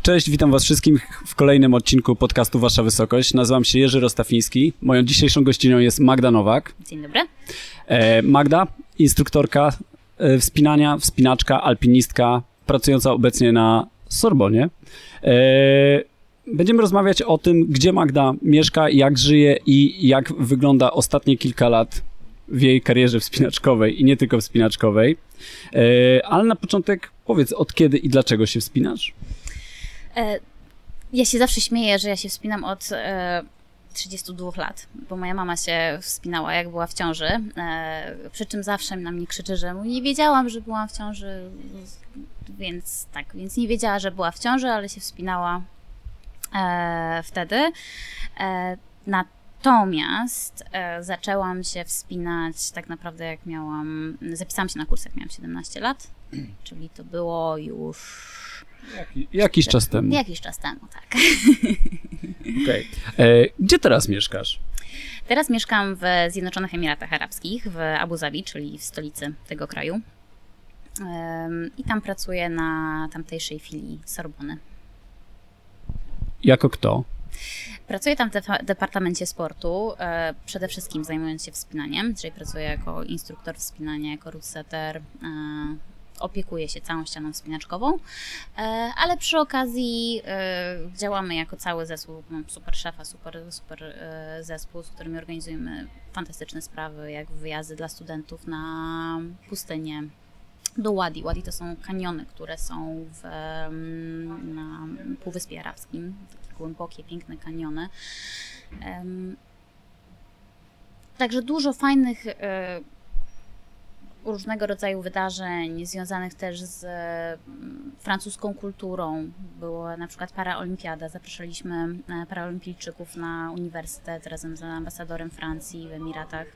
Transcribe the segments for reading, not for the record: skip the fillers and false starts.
Cześć, witam was wszystkich w kolejnym odcinku podcastu Wasza Wysokość. Nazywam się Jerzy Rostafiński. Moją dzisiejszą gościnią jest Magda Nowak. Dzień dobry. Magda, instruktorka wspinania, wspinaczka, alpinistka, pracująca obecnie na Sorbonie. Będziemy rozmawiać o tym, gdzie Magda mieszka, jak żyje i jak wygląda ostatnie kilka lat w jej karierze wspinaczkowej i nie tylko wspinaczkowej. Ale na początek powiedz, od kiedy i dlaczego się wspinasz? Ja się zawsze śmieję, że ja się wspinam od 32 lat, bo moja mama się wspinała, jak była w ciąży, przy czym zawsze na mnie krzyczy, że nie wiedziałam, że byłam w ciąży, więc nie wiedziała, że była w ciąży, ale się wspinała wtedy. Natomiast zaczęłam się wspinać tak naprawdę jak zapisałam się na kurs jak miałam 17 lat, czyli to było już... Jakiś czas temu. Jakiś czas temu, tak. Okej. Gdzie teraz mieszkasz? Teraz mieszkam w Zjednoczonych Emiratach Arabskich, w Abu Zabi, czyli w stolicy tego kraju. I tam pracuję na tamtejszej filii Sorbony. Jako kto? Pracuję tam w Departamencie Sportu, przede wszystkim zajmując się wspinaniem, czyli pracuję jako instruktor wspinania, jako route setter, opiekuję się całą ścianą wspinaczkową, ale przy okazji działamy jako cały zespół. Mam super szefa, super zespół, z którymi organizujemy fantastyczne sprawy, jak wyjazdy dla studentów na pustynię, do Wadi. Wadi to są kaniony, które są na Półwyspie Arabskim, takie głębokie, piękne kaniony. Także dużo fajnych różnego rodzaju wydarzeń związanych też z francuską kulturą. Była na przykład paraolimpiada. Zapraszaliśmy paraolimpijczyków na uniwersytet razem z ambasadorem Francji w Emiratach.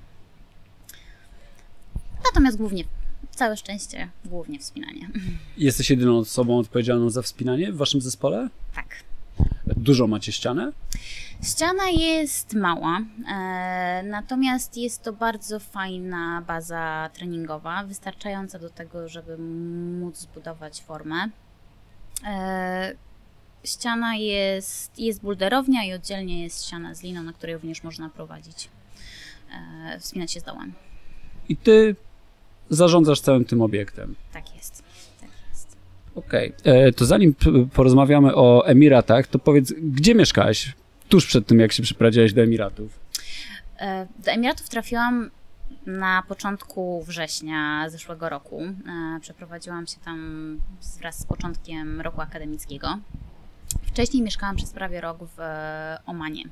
Natomiast całe szczęście, głównie wspinanie. Jesteś jedyną osobą odpowiedzialną za wspinanie w waszym zespole? Tak. Dużo macie ścianę? Ściana jest mała, natomiast jest to bardzo fajna baza treningowa, wystarczająca do tego, żeby móc zbudować formę. Ściana jest bulderownia i oddzielnie jest ściana z liną, na której również można prowadzić, wspinać się z dołem. I ty zarządzasz całym tym obiektem? Tak jest. Okej. To zanim porozmawiamy o Emiratach, to powiedz, gdzie mieszkałeś tuż przed tym, jak się przeprowadziłaś do Emiratów? Do Emiratów trafiłam na początku września zeszłego roku. Przeprowadziłam się tam wraz z początkiem roku akademickiego. Wcześniej mieszkałam przez prawie rok w Omanie,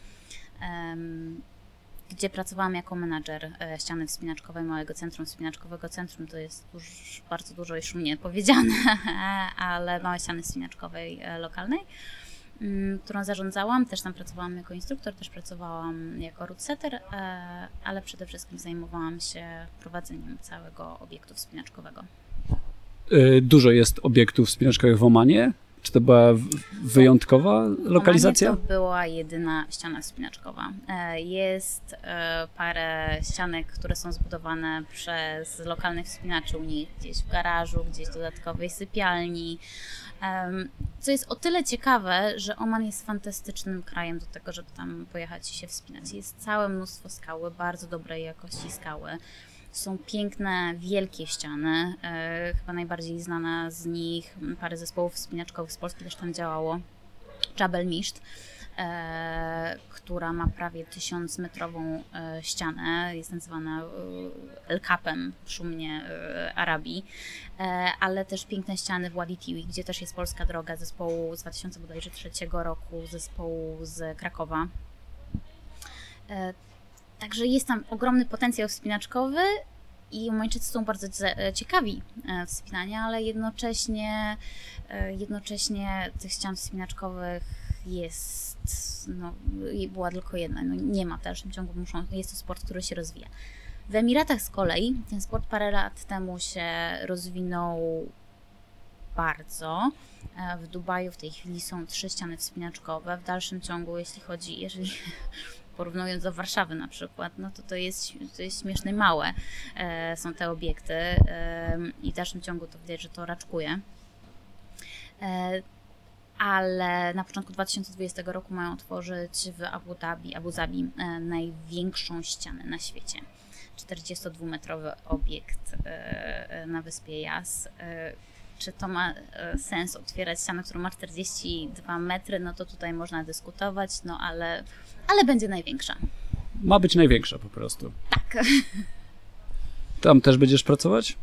gdzie pracowałam jako menadżer ściany wspinaczkowej małego centrum wspinaczkowego. Centrum to jest już bardzo dużo i szumnie powiedziane, ale małej ściany wspinaczkowej lokalnej, którą zarządzałam. Też tam pracowałam jako instruktor, też pracowałam jako route setter, ale przede wszystkim zajmowałam się prowadzeniem całego obiektu wspinaczkowego. Dużo jest obiektów wspinaczkowych w Omanie? Czy to była wyjątkowa lokalizacja? To była jedyna ściana wspinaczkowa. Jest parę ścianek, które są zbudowane przez lokalnych wspinaczy u nich, gdzieś w garażu, gdzieś w dodatkowej sypialni. Co jest o tyle ciekawe, że Oman jest fantastycznym krajem do tego, żeby tam pojechać i się wspinać. Jest całe mnóstwo skały, bardzo dobrej jakości skały. Są piękne, wielkie ściany. Chyba najbardziej znana z nich, parę zespołów wspinaczkowych z Polski też tam działało. Jabal Misht, która ma prawie 1000-metrową ścianę. Jest nazywana El Capem szumnie Arabii. Ale też piękne ściany w Wadi Tiwi, gdzie też jest polska droga zespołu z 2003 roku, zespołu z Krakowa. Także jest tam ogromny potencjał wspinaczkowy i Omańczycy są bardzo ciekawi wspinania, ale jednocześnie tych ścian wspinaczkowych była tylko jedna. Nie ma w dalszym ciągu, jest to sport, który się rozwija. W Emiratach z kolei ten sport parę lat temu się rozwinął bardzo. W Dubaju w tej chwili są 3 ściany wspinaczkowe. W dalszym ciągu, jeżeli porównując do Warszawy na przykład, no to jest śmiesznie małe są te obiekty i w dalszym ciągu to widać, że to raczkuje. ale na początku 2020 roku mają otworzyć w Abu Zabi największą ścianę na świecie. 42-metrowy obiekt na wyspie Yas. Czy to ma sens otwierać ścianę, która ma 42 metry, no to tutaj można dyskutować, no ale będzie największa. Ma być największa po prostu. Tak. Tam też będziesz pracować?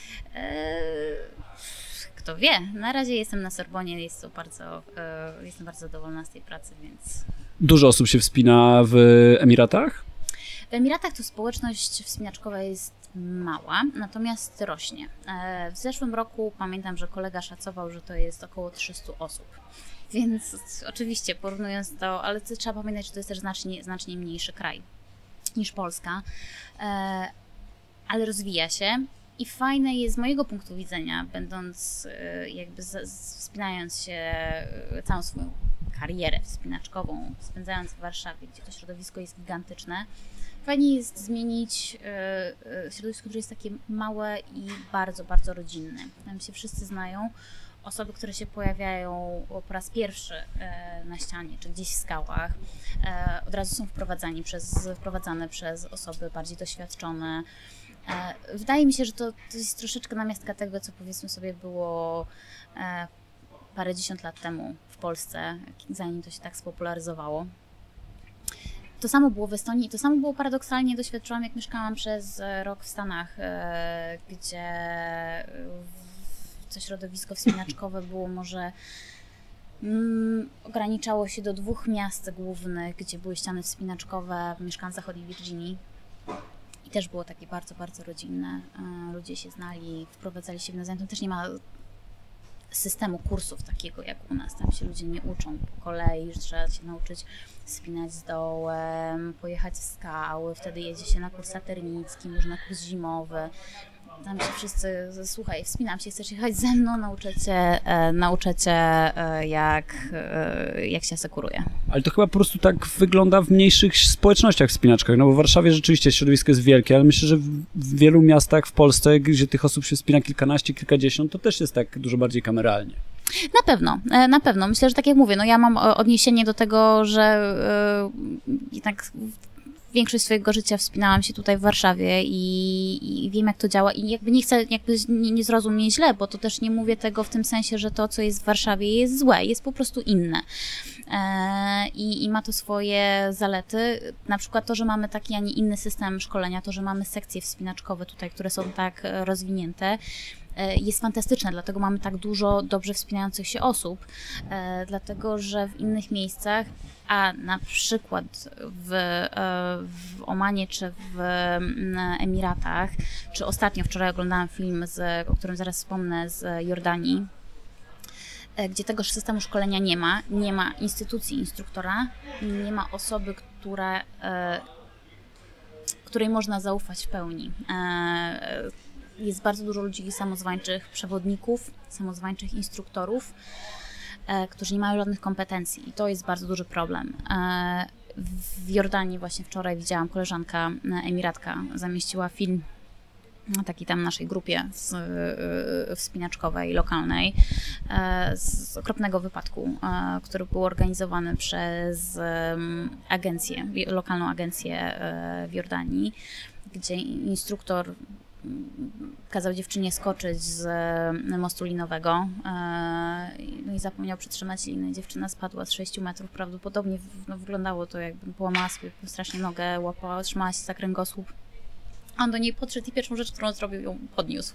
Kto wie. Na razie jestem na Sorbonie, jestem bardzo zadowolona z tej pracy, więc... Dużo osób się wspina w Emiratach? W Emiratach to społeczność wspinaczkowa jest mała, natomiast rośnie. W zeszłym roku pamiętam, że kolega szacował, że to jest około 300 osób. Więc oczywiście porównując to, ale trzeba pamiętać, że to jest też znacznie mniejszy kraj niż Polska, ale rozwija się i fajne jest z mojego punktu widzenia, będąc jakby wspinając się całą swoją karierę wspinaczkową, spędzając w Warszawie, gdzie to środowisko jest gigantyczne, fajnie jest zmienić środowisko, które jest takie małe i bardzo, bardzo rodzinne. Tam się wszyscy znają. Osoby, które się pojawiają po raz pierwszy na ścianie czy gdzieś w skałach, od razu są wprowadzane przez osoby bardziej doświadczone. Wydaje mi się, że to jest troszeczkę namiastka tego, co powiedzmy sobie było parędziesiąt lat temu w Polsce, zanim to się tak spopularyzowało. To samo było w Estonii i to samo było paradoksalnie doświadczyłam, jak mieszkałam przez rok w Stanach, gdzie to środowisko wspinaczkowe było może ograniczało się do 2 miast głównych, gdzie były ściany wspinaczkowe. Mieszkałam w zachodniej Virginii i też było takie bardzo, bardzo rodzinne. Ludzie się znali, wprowadzali się w nawzajem. Tam też nie ma systemu kursów takiego jak u nas. Tam się ludzie nie uczą po kolei, że trzeba się nauczyć spinać z dołem, pojechać w skały, wtedy jedzie się na kurs saternicki, można kurs zimowy. Tam się wszyscy, słuchaj, wspinam się, chcesz jechać ze mną, nauczę cię jak się asekuruje. Ale to chyba po prostu tak wygląda w mniejszych społecznościach wspinaczkach, no bo w Warszawie rzeczywiście środowisko jest wielkie, ale myślę, że w wielu miastach w Polsce, gdzie tych osób się wspina kilkanaście, kilkadziesiąt, to też jest tak dużo bardziej kameralnie. Na pewno. Myślę, że tak jak mówię, no ja mam odniesienie do tego, że jednak większość swojego życia wspinałam się tutaj w Warszawie i wiem, jak to działa i jakby nie chcę nie zrozum mnie źle, bo to też nie mówię tego w tym sensie, że to, co jest w Warszawie jest złe, jest po prostu inne. I ma to swoje zalety. Na przykład to, że mamy taki, a nie inny system szkolenia, to, że mamy sekcje wspinaczkowe tutaj, które są tak rozwinięte, jest fantastyczne, dlatego mamy tak dużo dobrze wspinających się osób, dlatego że w innych miejscach, a na przykład w Omanie czy w Emiratach, czy ostatnio wczoraj oglądałam film, o którym zaraz wspomnę, z Jordanii, gdzie tego systemu szkolenia nie ma instytucji instruktora, nie ma osoby, której można zaufać w pełni. Jest bardzo dużo ludzi samozwańczych przewodników, samozwańczych instruktorów, którzy nie mają żadnych kompetencji i to jest bardzo duży problem. W Jordanii właśnie wczoraj widziałam, koleżanka Emiratka zamieściła film na takiej tam naszej grupie wspinaczkowej, lokalnej, z okropnego wypadku, który był organizowany przez lokalną agencję w Jordanii, gdzie instruktor kazał dziewczynie skoczyć z mostu linowego, no i zapomniał przytrzymać linę. Dziewczyna spadła z 6 metrów, prawdopodobnie wyglądało to, jakby połamała sobie strasznie nogę, łapała, trzymała się za kręgosłup. On do niej podszedł i pierwszą rzecz, którą zrobił, ją podniósł.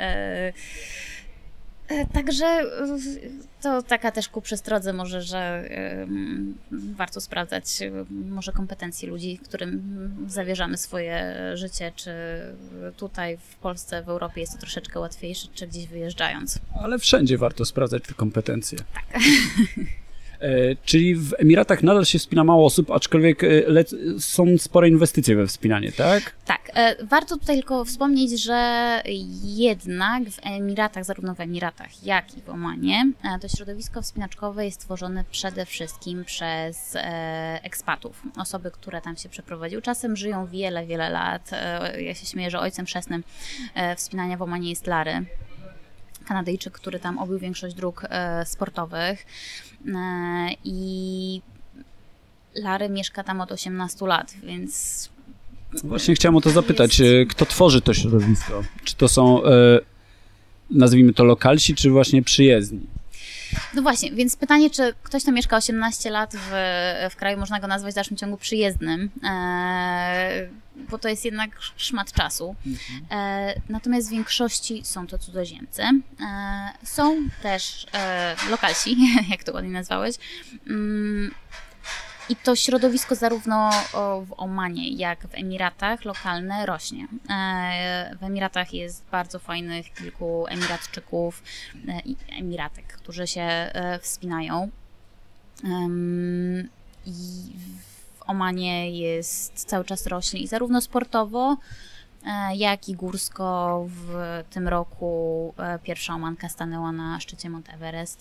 Także to taka też ku przestrodze może, że warto sprawdzać może kompetencje ludzi, którym zawierzamy swoje życie, czy tutaj w Polsce, w Europie jest to troszeczkę łatwiejsze, czy gdzieś wyjeżdżając. Ale wszędzie warto sprawdzać te kompetencje. Tak. Czyli w Emiratach nadal się wspina mało osób, aczkolwiek są spore inwestycje we wspinanie, tak? Tak. Warto tutaj tylko wspomnieć, że jednak w Emiratach, zarówno w Emiratach, jak i w Omanie, to środowisko wspinaczkowe jest tworzone przede wszystkim przez ekspatów. Osoby, które tam się przeprowadziły. Czasem żyją wiele, wiele lat. Ja się śmieję, że ojcem chrzestnym wspinania w Omanie jest Larry, Kanadyjczyk, który tam obił większość dróg sportowych i Larry mieszka tam od 18 lat, więc... Właśnie chciałem o to zapytać, kto tworzy to środowisko? Czy to są, nazwijmy to, lokalsi, czy właśnie przyjezdni? No właśnie, więc pytanie, czy ktoś, kto mieszka 18 lat w kraju, można go nazwać w dalszym ciągu przyjezdnym, bo to jest jednak szmat czasu. Natomiast w większości są to cudzoziemcy. Są też lokalsi, jak to ładnie nazwałeś. I to środowisko zarówno w Omanie, jak w Emiratach lokalne rośnie. W Emiratach jest bardzo fajnych kilku Emiratczyków i Emiratek, którzy się wspinają. I w Omanie jest cały czas rośnie i zarówno sportowo, jak i górsko. W tym roku pierwsza Omanka stanęła na szczycie Mount Everest.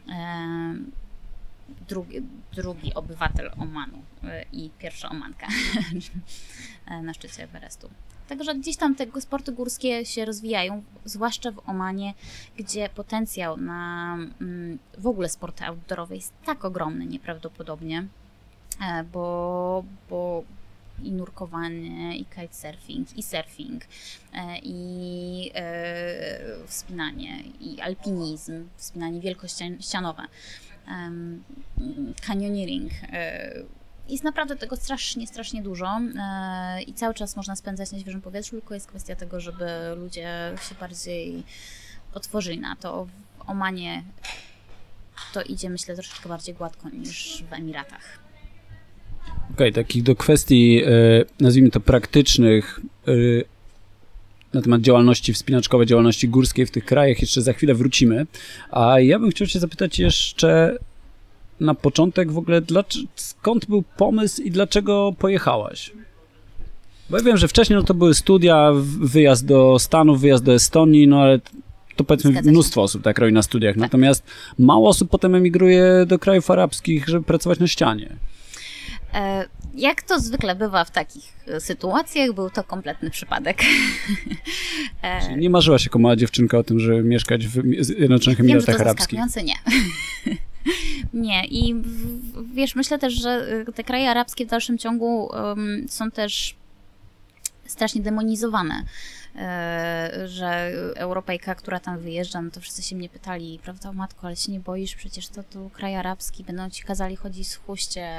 Drugi obywatel Omanu i pierwsza Omanka na szczycie Everestu. Także gdzieś tam te sporty górskie się rozwijają, zwłaszcza w Omanie, gdzie potencjał na w ogóle sporty outdoorowe jest tak ogromny nieprawdopodobnie, bo i nurkowanie, i kitesurfing, i surfing, i wspinanie, i alpinizm, wspinanie wielkościanowe. Canyoneering. Jest naprawdę tego strasznie dużo i cały czas można spędzać na świeżym powietrzu, tylko jest kwestia tego, żeby ludzie się bardziej otworzyli na to. W Omanie to idzie, myślę, troszeczkę bardziej gładko niż w Emiratach. Okej, takich do kwestii, nazwijmy to praktycznych, na temat działalności wspinaczkowej, działalności górskiej w tych krajach jeszcze za chwilę wrócimy. A ja bym chciał cię zapytać jeszcze na początek w ogóle, skąd był pomysł i dlaczego pojechałaś? Bo ja wiem, że wcześniej no to były studia, wyjazd do Stanów, wyjazd do Estonii, no ale to powiedzmy mnóstwo osób tak robi na studiach. Tak. Natomiast mało osób potem emigruje do krajów arabskich, żeby pracować na ścianie. Jak to zwykle bywa w takich sytuacjach, był to kompletny przypadek. Czyli nie marzyłaś jako mała dziewczynka o tym, żeby mieszkać w Zjednoczonych Emiratach Arabskich? Wiem, że to zaskakujące, nie. Nie i wiesz, myślę też, że te kraje arabskie w dalszym ciągu są też strasznie demonizowane. Że Europejka, która tam wyjeżdża, no to wszyscy się mnie pytali, prawda, matko, ale się nie boisz, przecież to tu kraj arabski, będą ci kazali chodzić w chuście.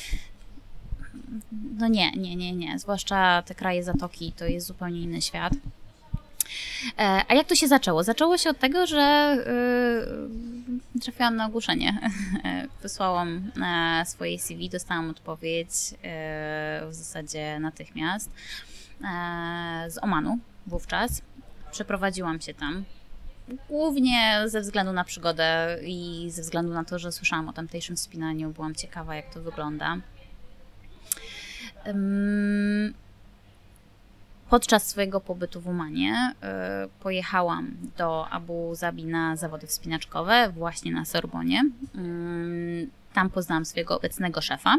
No nie, zwłaszcza te kraje Zatoki, to jest zupełnie inny świat. A jak to się zaczęło? Zaczęło się od tego, że trafiłam na ogłoszenie. Wysłałam swoje CV, dostałam odpowiedź w zasadzie natychmiast z Omanu wówczas. Przeprowadziłam się tam. Głównie ze względu na przygodę i ze względu na to, że słyszałam o tamtejszym wspinaniu, byłam ciekawa, jak to wygląda. Podczas swojego pobytu w Omanie pojechałam do Abu Zabi na zawody wspinaczkowe, właśnie na Sorbonie. Tam poznałam swojego obecnego szefa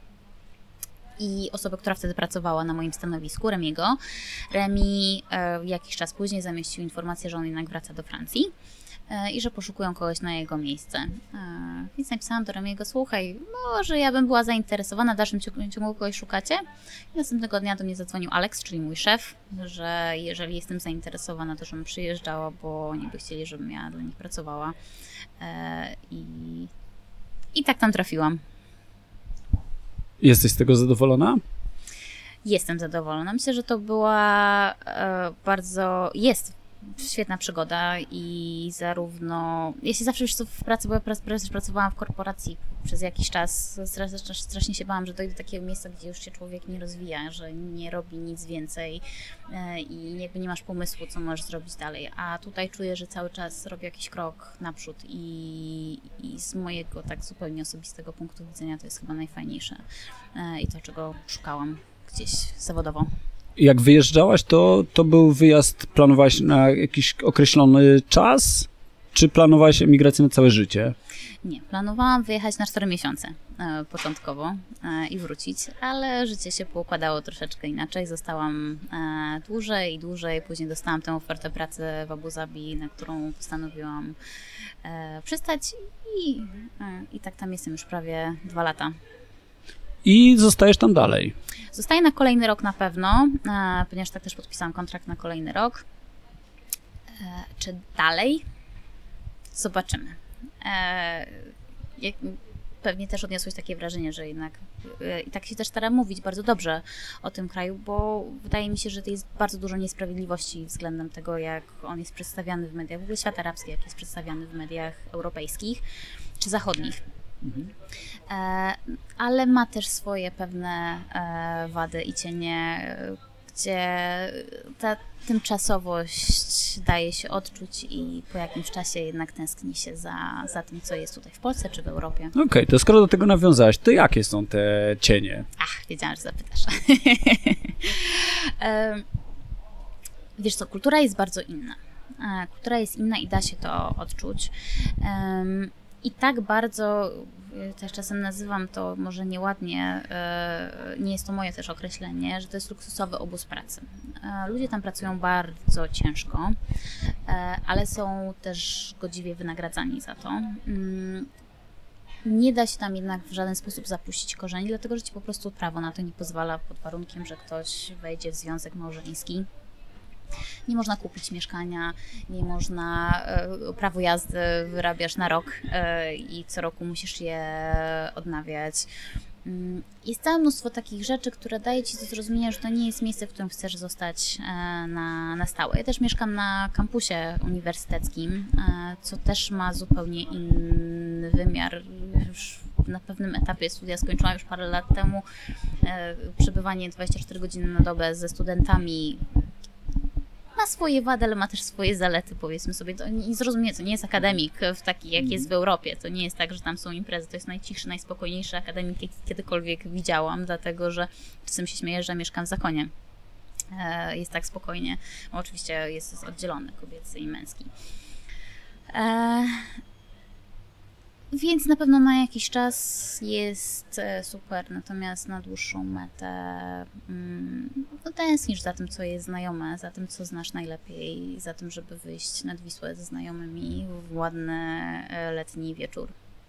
i osobę, która wtedy pracowała na moim stanowisku, Remiego. Remi jakiś czas później zamieścił informację, że on jednak wraca do Francji i że poszukują kogoś na jego miejsce. Więc napisałam do Remiego, słuchaj, może ja bym była zainteresowana, w dalszym ciągu kogoś szukacie? I następnego dnia do mnie zadzwonił Alex, czyli mój szef, że jeżeli jestem zainteresowana, to żebym przyjeżdżała, bo oni by chcieli, żebym ja dla nich pracowała. I tak tam trafiłam. Jesteś z tego zadowolona? Jestem zadowolona. Myślę, że to była jest świetna przygoda i zarówno... Ja się zawsze w pracy, bo ja pracowałam w korporacji przez jakiś czas. Strasznie się bałam, że dojdę do takiego miejsca, gdzie już się człowiek nie rozwija, że nie robi nic więcej i jakby nie masz pomysłu, co możesz zrobić dalej. A tutaj czuję, że cały czas robię jakiś krok naprzód i z mojego tak zupełnie osobistego punktu widzenia to jest chyba najfajniejsze i to, czego szukałam gdzieś zawodowo. Jak wyjeżdżałaś, to był wyjazd, planowałaś na jakiś określony czas? Czy planowałaś emigrację na całe życie? Nie, planowałam wyjechać na 4 miesiące początkowo i wrócić, ale życie się poukładało troszeczkę inaczej. Zostałam dłużej i dłużej. Później dostałam tę ofertę pracy w Abu Zabi, na którą postanowiłam przystać i tak tam jestem już prawie 2 lata. I zostajesz tam dalej? Zostaję na kolejny rok na pewno, ponieważ tak też podpisałam kontrakt na kolejny rok. Czy dalej? Zobaczymy. Pewnie też odniosłeś takie wrażenie, że jednak i tak się też staram mówić bardzo dobrze o tym kraju, bo wydaje mi się, że to jest bardzo dużo niesprawiedliwości względem tego, jak on jest przedstawiany w mediach, w ogóle świat arabski, jak jest przedstawiany w mediach europejskich czy zachodnich. Ale ma też swoje pewne wady i cienie, gdzie ta tymczasowość daje się odczuć i po jakimś czasie jednak tęskni się za tym, co jest tutaj w Polsce czy w Europie. Okej, to skoro do tego nawiązałaś, to jakie są te cienie? Wiedziałam, że zapytasz. Wiesz co, kultura jest bardzo inna. Kultura jest inna i da się to odczuć. I tak bardzo, też czasem nazywam to może nieładnie, nie jest to moje też określenie, że to jest luksusowy obóz pracy. Ludzie tam pracują bardzo ciężko, ale są też godziwie wynagradzani za to. Nie da się tam jednak w żaden sposób zapuścić korzeni, dlatego że ci po prostu prawo na to nie pozwala pod warunkiem, że ktoś wejdzie w związek małżeński. Nie można kupić mieszkania, nie można, prawo jazdy wyrabiasz na rok i co roku musisz je odnawiać. Jest całe mnóstwo takich rzeczy, które daje ci do zrozumienia, że to nie jest miejsce, w którym chcesz zostać na stałe. Ja też mieszkam na kampusie uniwersyteckim, co też ma zupełnie inny wymiar. Już na pewnym etapie studia skończyłam już parę lat temu. Przebywanie 24 godziny na dobę ze studentami ma swoje wady, ale ma też swoje zalety, powiedzmy sobie. To nie zrozumie, to nie jest akademik w taki, jak jest w Europie. To nie jest tak, że tam są imprezy. To jest najcichszy, najspokojniejszy akademik, jaki kiedykolwiek widziałam, dlatego że czasem się śmieję, że mieszkam w Zakonie. Jest tak spokojnie. Oczywiście jest oddzielony kobiecy i męski. Więc na pewno na jakiś czas jest super, natomiast na dłuższą metę no tęsknisz za tym, co jest znajome, za tym, co znasz najlepiej, za tym, żeby wyjść nad Wisłę ze znajomymi w ładny letni wieczór.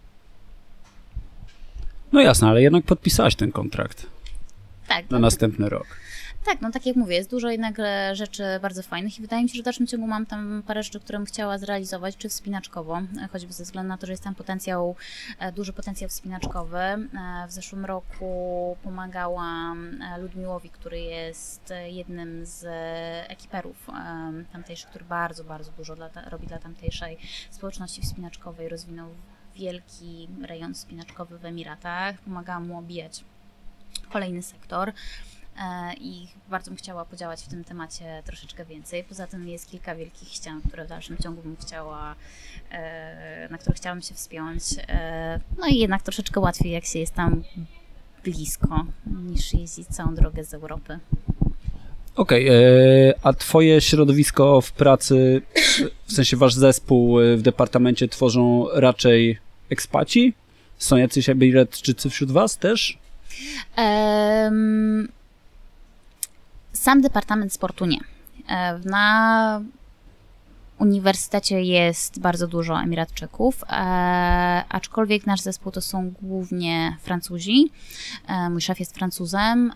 No jasne, ale jednak podpisałaś ten kontrakt Tak, na następny rok. Tak, no tak jak mówię, jest dużo jednak rzeczy bardzo fajnych i wydaje mi się, że w dalszym ciągu mam tam parę rzeczy, które bym chciała zrealizować, czy wspinaczkowo, choćby ze względu na to, że jest tam duży potencjał wspinaczkowy. W zeszłym roku pomagałam Ludmiłowi, który jest jednym z ekiperów tamtejszych, który bardzo, bardzo dużo robi dla tamtejszej społeczności wspinaczkowej, rozwinął wielki rejon wspinaczkowy w Emiratach. Pomagałam mu obijać kolejny sektor. I bardzo bym chciała podziałać w tym temacie troszeczkę więcej. Poza tym jest kilka wielkich ścian, które w dalszym ciągu bym chciała, na które chciałam się wspiąć. No i jednak troszeczkę łatwiej, jak się jest tam blisko, niż jeździć całą drogę z Europy. Okej, a twoje środowisko w pracy, w sensie wasz zespół w departamencie tworzą raczej ekspaci? Są jacyś Emiratczycy wśród was też? Sam Departament Sportu nie. Na uniwersytecie jest bardzo dużo Emiratczyków, aczkolwiek nasz zespół to są głównie Francuzi. Mój szef jest Francuzem.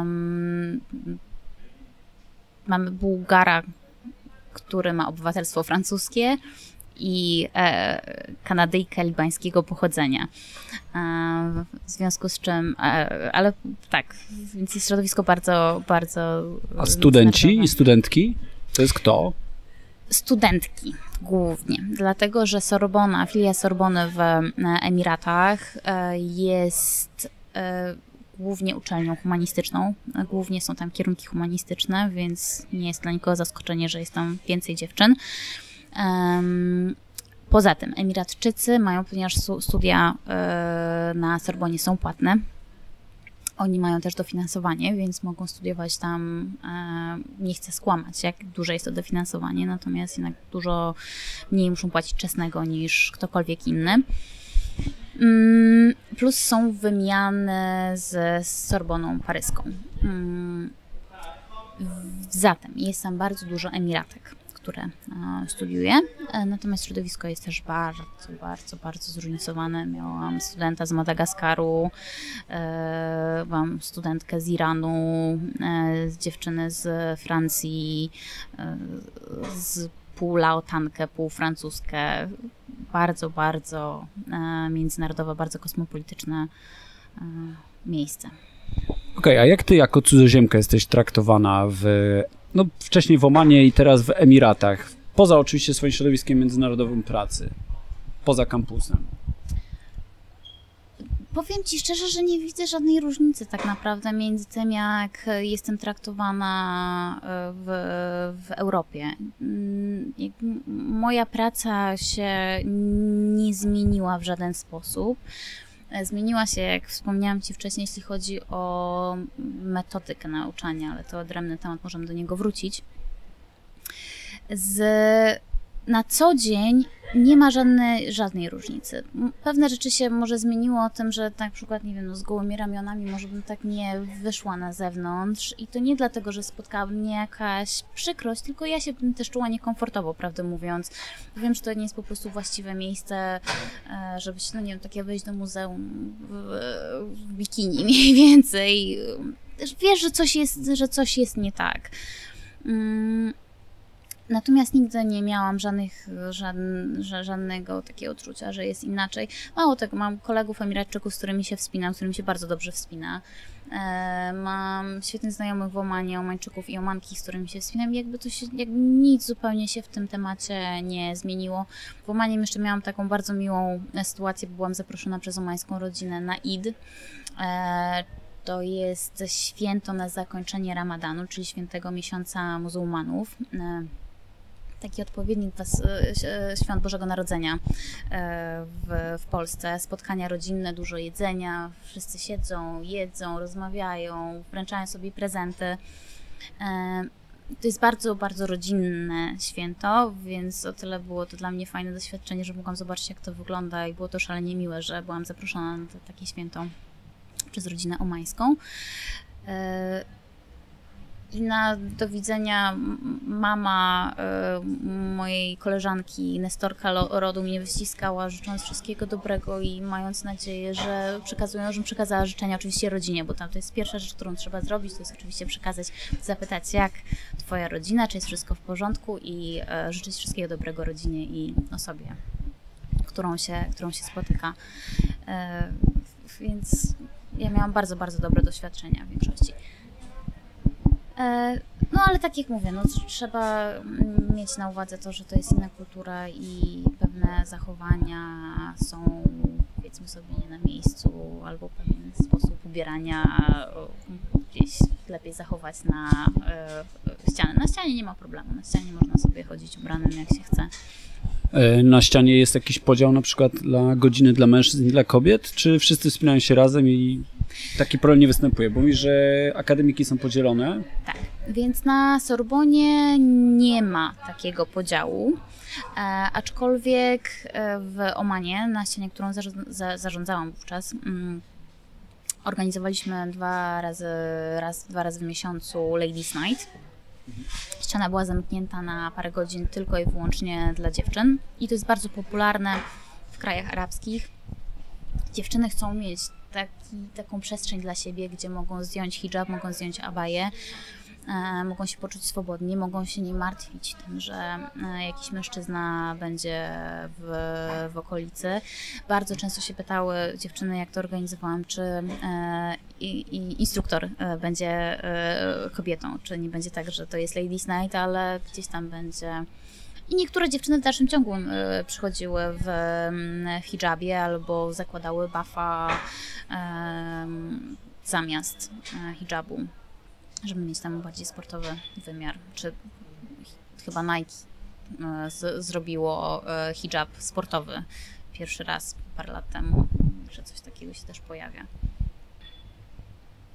Mamy Bułgara, który ma obywatelstwo francuskie i Kanadyjkę libańskiego pochodzenia. W związku z czym, ale tak, więc jest środowisko bardzo, bardzo... A studenci i studentki? To jest kto? Studentki głównie, dlatego że Sorbona, filia Sorbony w Emiratach jest głównie uczelnią humanistyczną. Głównie są tam kierunki humanistyczne, więc nie jest dla nikogo zaskoczenie, że jest tam więcej dziewczyn. Poza tym Emiratczycy mają, ponieważ studia na Sorbonie są płatne, Oni mają też dofinansowanie, więc mogą studiować tam, nie chcę skłamać, jak duże jest to dofinansowanie, natomiast jednak dużo mniej muszą płacić czesnego niż ktokolwiek inny. Plus są wymiany z Sorboną paryską. Zatem jest tam bardzo dużo emiratek, które studiuję, natomiast środowisko jest też bardzo, bardzo, bardzo zróżnicowane. Miałam studenta z Madagaskaru, mam studentkę z Iranu, dziewczyny z Francji, z pół laotankę, pół francuskę. Bardzo, bardzo międzynarodowe, bardzo kosmopolityczne miejsce. Okej, a jak ty jako cudzoziemka jesteś traktowana wcześniej w Omanie i teraz w Emiratach, poza oczywiście swoim środowiskiem międzynarodowym pracy, poza kampusem? Powiem ci szczerze, że nie widzę żadnej różnicy tak naprawdę między tym, jak jestem traktowana w Europie. Moja praca się nie zmieniła w żaden sposób. Zmieniła się, jak wspomniałam ci wcześniej, jeśli chodzi o metodykę nauczania, ale to odrębny temat, możemy do niego wrócić. Na co dzień nie ma żadnej różnicy. Pewne rzeczy się może zmieniło o tym, że na przykład, nie wiem, z gołymi ramionami może bym tak nie wyszła na zewnątrz i to nie dlatego, że spotkała mnie jakaś przykrość, tylko ja się bym też czuła niekomfortowo, prawdę mówiąc. Wiem, że to nie jest po prostu właściwe miejsce, żeby się, no nie wiem, takie wejść do muzeum w bikini mniej więcej. Wiesz, że coś jest nie tak. Natomiast nigdy nie miałam żadnego takiego odczucia, że jest inaczej. Mało tego, mam kolegów Emiratczyków, z którymi się wspinam, z którymi się bardzo dobrze wspina. Mam świetnych znajomych w Omanie, Omańczyków i Omanki, z którymi się wspinam. Jakby nic zupełnie się w tym temacie nie zmieniło. W Omanie jeszcze miałam taką bardzo miłą sytuację, bo byłam zaproszona przez omańską rodzinę na Id. To jest święto na zakończenie Ramadanu, czyli świętego miesiąca muzułmanów. Taki odpowiednik świąt Bożego Narodzenia w Polsce. Spotkania rodzinne, dużo jedzenia, wszyscy siedzą, jedzą, rozmawiają, wręczają sobie prezenty. To jest bardzo, bardzo rodzinne święto, więc o tyle było to dla mnie fajne doświadczenie, że mogłam zobaczyć, jak to wygląda i było to szalenie miłe, że byłam zaproszona na takie święto przez rodzinę omańską. I do widzenia mama mojej koleżanki, nestorka rodu, mnie wyściskała, życząc wszystkiego dobrego i mając nadzieję, że przekazała życzenia oczywiście rodzinie, bo tam to jest pierwsza rzecz, którą trzeba zrobić, to jest oczywiście zapytać, jak twoja rodzina, czy jest wszystko w porządku i życzyć wszystkiego dobrego rodzinie i osobie, którą się spotyka. Więc ja miałam bardzo, bardzo dobre doświadczenia w większości. No ale tak jak mówię, trzeba mieć na uwadze to, że to jest inna kultura i pewne zachowania są, powiedzmy sobie, nie na miejscu, albo pewien sposób ubierania gdzieś lepiej zachować na ścianę. Na ścianie nie ma problemu, na ścianie można sobie chodzić ubranym jak się chce. Na ścianie jest jakiś podział na przykład godziny dla mężczyzn i dla kobiet, czy wszyscy wspinają się razem i taki problem nie występuje? Bo mówisz, że akademiki są podzielone. Tak, więc na Sorbonie nie ma takiego podziału, aczkolwiek w Omanie, na ścianie, którą zarządzałam wówczas, organizowaliśmy dwa razy w miesiącu Ladies Night. Ściana była zamknięta na parę godzin tylko i wyłącznie dla dziewczyn i to jest bardzo popularne w krajach arabskich. Dziewczyny chcą mieć taką przestrzeń dla siebie, gdzie mogą zdjąć hijab, mogą zdjąć abaję, mogą się poczuć swobodnie, mogą się nie martwić tym, że jakiś mężczyzna będzie w okolicy. Bardzo często się pytały dziewczyny, jak to organizowałam, czy instruktor będzie kobietą, czy nie będzie tak, że to jest Ladies Night, ale gdzieś tam będzie. I niektóre dziewczyny w dalszym ciągu przychodziły w hijabie albo zakładały bafa zamiast hijabu, żeby mieć tam bardziej sportowy wymiar. Czy chyba Nike zrobiło hijab sportowy pierwszy raz parę lat temu, że coś takiego się też pojawia.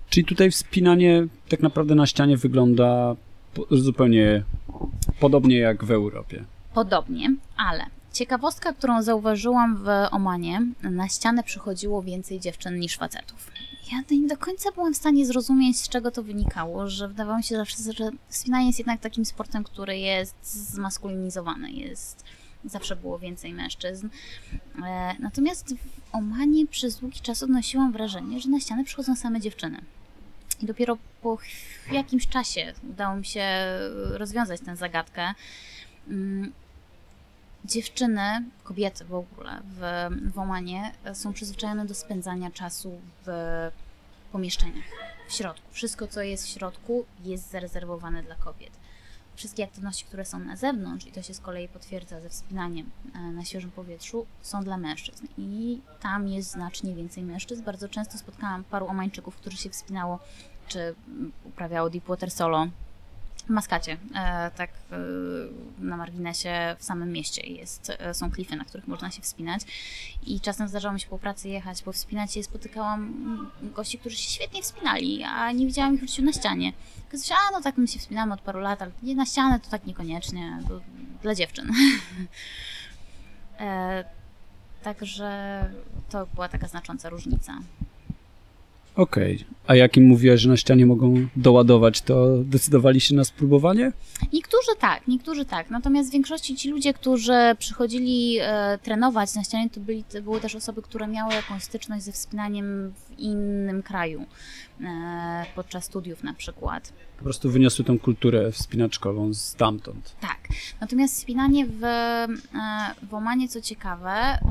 Czyli tutaj wspinanie tak naprawdę na ścianie wygląda zupełnie podobnie jak w Europie. Podobnie, ale ciekawostka, którą zauważyłam w Omanie, na ścianę przychodziło więcej dziewczyn niż facetów. Ja nie do końca byłam w stanie zrozumieć, z czego to wynikało, że wydawało mi się zawsze, że wspinanie jest jednak takim sportem, który jest zmaskulinizowany, zawsze było więcej mężczyzn. Natomiast w Omanie przez długi czas odnosiłam wrażenie, że na ścianę przychodzą same dziewczyny. I dopiero po jakimś czasie udało mi się rozwiązać tę zagadkę. Dziewczyny, kobiety w ogóle w Omanie są przyzwyczajone do spędzania czasu w pomieszczeniach, w środku. Wszystko, co jest w środku, jest zarezerwowane dla kobiet. Wszystkie aktywności, które są na zewnątrz, i to się z kolei potwierdza ze wspinaniem na świeżym powietrzu, są dla mężczyzn. I tam jest znacznie więcej mężczyzn. Bardzo często spotkałam paru Omańczyków, którzy się wspinało, czy uprawiało Deepwater Solo w Maskacie, tak na marginesie w samym mieście są klify, na których można się wspinać i czasem zdarzało mi się po pracy jechać, powspinać się i spotykałam gości, którzy się świetnie wspinali, a nie widziałam ich w życiu na ścianie. Okazało się, no tak my się wspinamy od paru lat, ale nie na ścianę to tak niekoniecznie, to dla dziewczyn. Także to była taka znacząca różnica. Okej. A jak im mówiłaś, że na ścianie mogą doładować, to decydowali się na spróbowanie? Niektórzy tak. Natomiast w większości ci ludzie, którzy przychodzili trenować na ścianie, to były też osoby, które miały jakąś styczność ze wspinaniem w innym kraju, podczas studiów na przykład. Po prostu wyniosły tą kulturę wspinaczkową stamtąd. Tak. Natomiast wspinanie w Omanie, co ciekawe,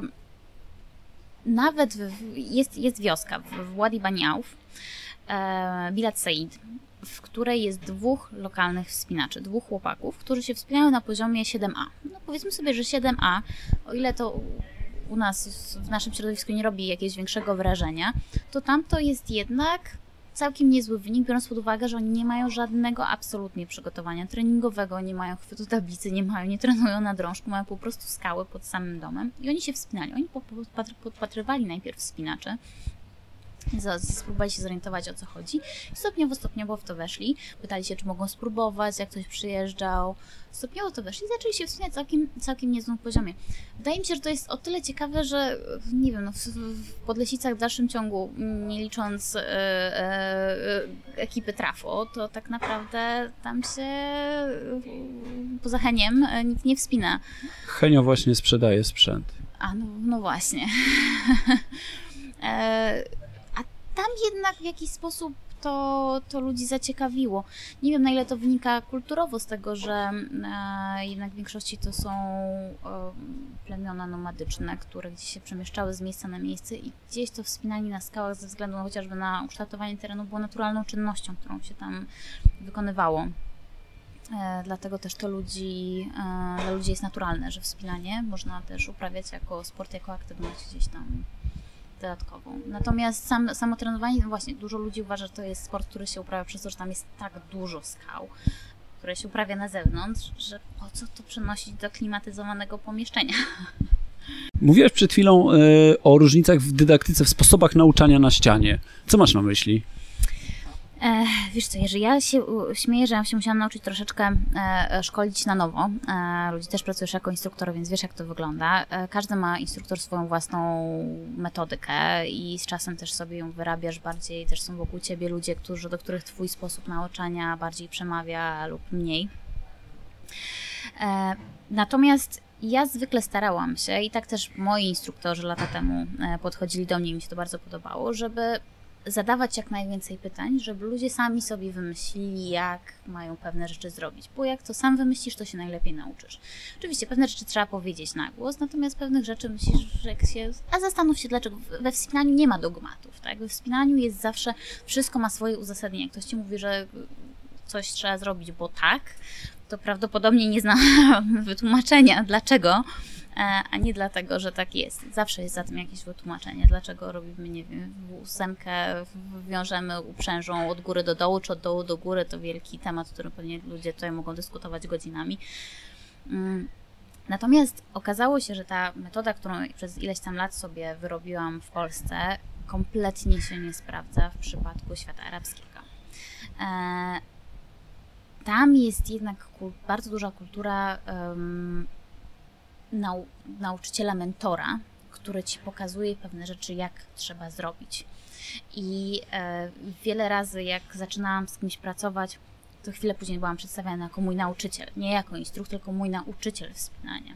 nawet jest wioska w Wadi Baniauf, Bilad Said, w której jest 2 lokalnych wspinaczy, 2 chłopaków, którzy się wspinają na poziomie 7A. No powiedzmy sobie, że 7A, o ile to u nas, w naszym środowisku nie robi jakiegoś większego wrażenia, to tam to jest jednak całkiem niezły wynik, biorąc pod uwagę, że oni nie mają żadnego absolutnie przygotowania treningowego, nie mają chwytu tablicy, nie trenują na drążku, mają po prostu skały pod samym domem i oni się wspinali. Oni podpatrywali najpierw wspinaczy, spróbowali się zorientować, o co chodzi i stopniowo w to weszli, pytali się, czy mogą spróbować, jak ktoś przyjeżdżał, stopniowo to weszli i zaczęli się wspinać całkiem niezłym poziomie. Wydaje mi się, że to jest o tyle ciekawe, że nie wiem, w Podlesicach w dalszym ciągu, nie licząc ekipy trafo, to tak naprawdę tam się poza Heniem nikt nie wspina. Henio właśnie sprzedaje sprzęt. A no właśnie. Tam jednak w jakiś sposób to ludzi zaciekawiło. Nie wiem, na ile to wynika kulturowo z tego, że jednak w większości to są plemiona nomadyczne, które gdzieś się przemieszczały z miejsca na miejsce i gdzieś to wspinanie na skałach ze względu chociażby na ukształtowanie terenu było naturalną czynnością, którą się tam wykonywało. Dlatego też to dla ludzi jest naturalne, że wspinanie można też uprawiać jako sport, jako aktywność gdzieś tam dodatkową. Natomiast samo trenowanie, no właśnie, dużo ludzi uważa, że to jest sport, który się uprawia przez to, że tam jest tak dużo skał, które się uprawia na zewnątrz, że po co to przenosić do klimatyzowanego pomieszczenia. Mówiłaś przed chwilą o różnicach w dydaktyce, w sposobach nauczania na ścianie. Co masz na myśli? Wiesz co, jeżeli ja się śmieję, że ja się musiałam nauczyć troszeczkę szkolić na nowo. Ludzi też pracujesz jako instruktor, więc wiesz, jak to wygląda. Każdy ma instruktor swoją własną metodykę i z czasem też sobie ją wyrabiasz bardziej. Też są wokół ciebie ludzie, do których twój sposób nauczania bardziej przemawia lub mniej. Natomiast ja zwykle starałam się i tak też moi instruktorzy lata temu podchodzili do mnie i mi się to bardzo podobało, żeby zadawać jak najwięcej pytań, żeby ludzie sami sobie wymyślili, jak mają pewne rzeczy zrobić. Bo jak to sam wymyślisz, to się najlepiej nauczysz. Oczywiście pewne rzeczy trzeba powiedzieć na głos, natomiast pewnych rzeczy myślisz, że jak się... A zastanów się, dlaczego we wspinaniu nie ma dogmatów, tak? We wspinaniu jest zawsze, wszystko ma swoje uzasadnienie. Jak ktoś ci mówi, że coś trzeba zrobić, bo tak, to prawdopodobnie nie zna wytłumaczenia, dlaczego, a nie dlatego, że tak jest. Zawsze jest za tym jakieś wytłumaczenie, dlaczego robimy, nie wiem, ósemkę wiążemy uprzężą od góry do dołu, czy od dołu do góry, to wielki temat, o którym pewnie ludzie tutaj mogą dyskutować godzinami. Natomiast okazało się, że ta metoda, którą przez ileś tam lat sobie wyrobiłam w Polsce, kompletnie się nie sprawdza w przypadku świata arabskiego. Tam jest jednak bardzo duża kultura nauczyciela, mentora, który ci pokazuje pewne rzeczy, jak trzeba zrobić. I wiele razy, jak zaczynałam z kimś pracować, to chwilę później byłam przedstawiana jako mój nauczyciel. Nie jako instruktor, tylko mój nauczyciel wspinania.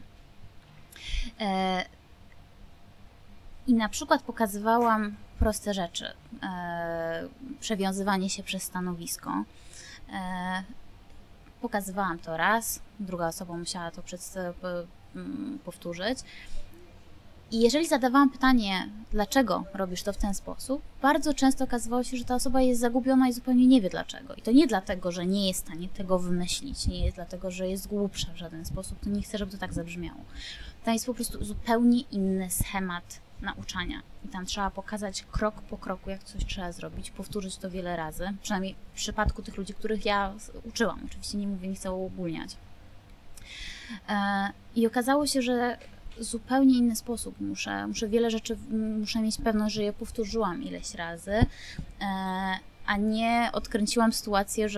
I na przykład pokazywałam proste rzeczy. Przewiązywanie się przez stanowisko. Pokazywałam to raz, druga osoba musiała to powtórzyć. I jeżeli zadawałam pytanie, dlaczego robisz to w ten sposób, bardzo często okazywało się, że ta osoba jest zagubiona i zupełnie nie wie dlaczego. I to nie dlatego, że nie jest w stanie tego wymyślić, nie jest dlatego, że jest głupsza w żaden sposób, to nie chcę, żeby to tak zabrzmiało. Tam jest po prostu zupełnie inny schemat nauczania. I tam trzeba pokazać krok po kroku, jak coś trzeba zrobić, powtórzyć to wiele razy, przynajmniej w przypadku tych ludzi, których ja uczyłam. Oczywiście nie chcę uogólniać. I okazało się, że zupełnie inny sposób muszę wiele rzeczy, muszę mieć pewność, że je powtórzyłam ileś razy, a nie odkręciłam sytuację,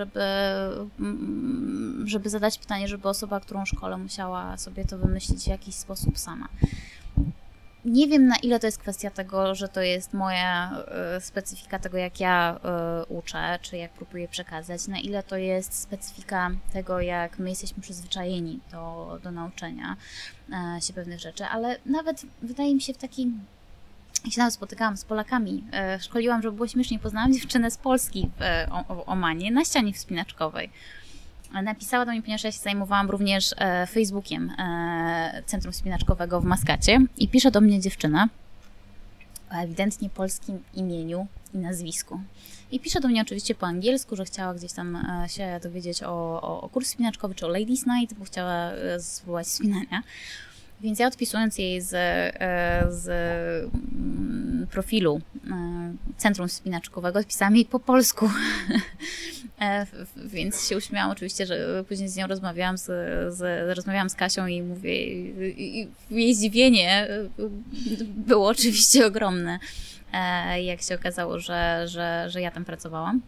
żeby zadać pytanie, żeby osoba, którą szkolę, musiała sobie to wymyślić w jakiś sposób sama. Nie wiem, na ile to jest kwestia tego, że to jest moja specyfika tego, jak ja uczę, czy jak próbuję przekazać, na ile to jest specyfika tego, jak my jesteśmy przyzwyczajeni do nauczenia się pewnych rzeczy, ale nawet wydaje mi się jak się nawet spotykałam z Polakami, szkoliłam, żeby było śmiesznie, poznałam dziewczynę z Polski w Omanie na ścianie wspinaczkowej. Napisała do mnie, ponieważ ja się zajmowałam również Facebookiem Centrum Wspinaczkowego w Maskacie i pisze do mnie dziewczyna o ewidentnie polskim imieniu i nazwisku. I pisze do mnie oczywiście po angielsku, że chciała gdzieś tam się dowiedzieć o kurs wspinaczkowy, czy o Ladies Night, bo chciała spróbować wspinania. Więc ja odpisując jej z profilu Centrum Wspinaczkowego, odpisałam jej po polsku. Więc się uśmiałam oczywiście, że później z nią rozmawiałam z Kasią i mówię, jej zdziwienie było oczywiście ogromne, jak się okazało, że ja tam pracowałam.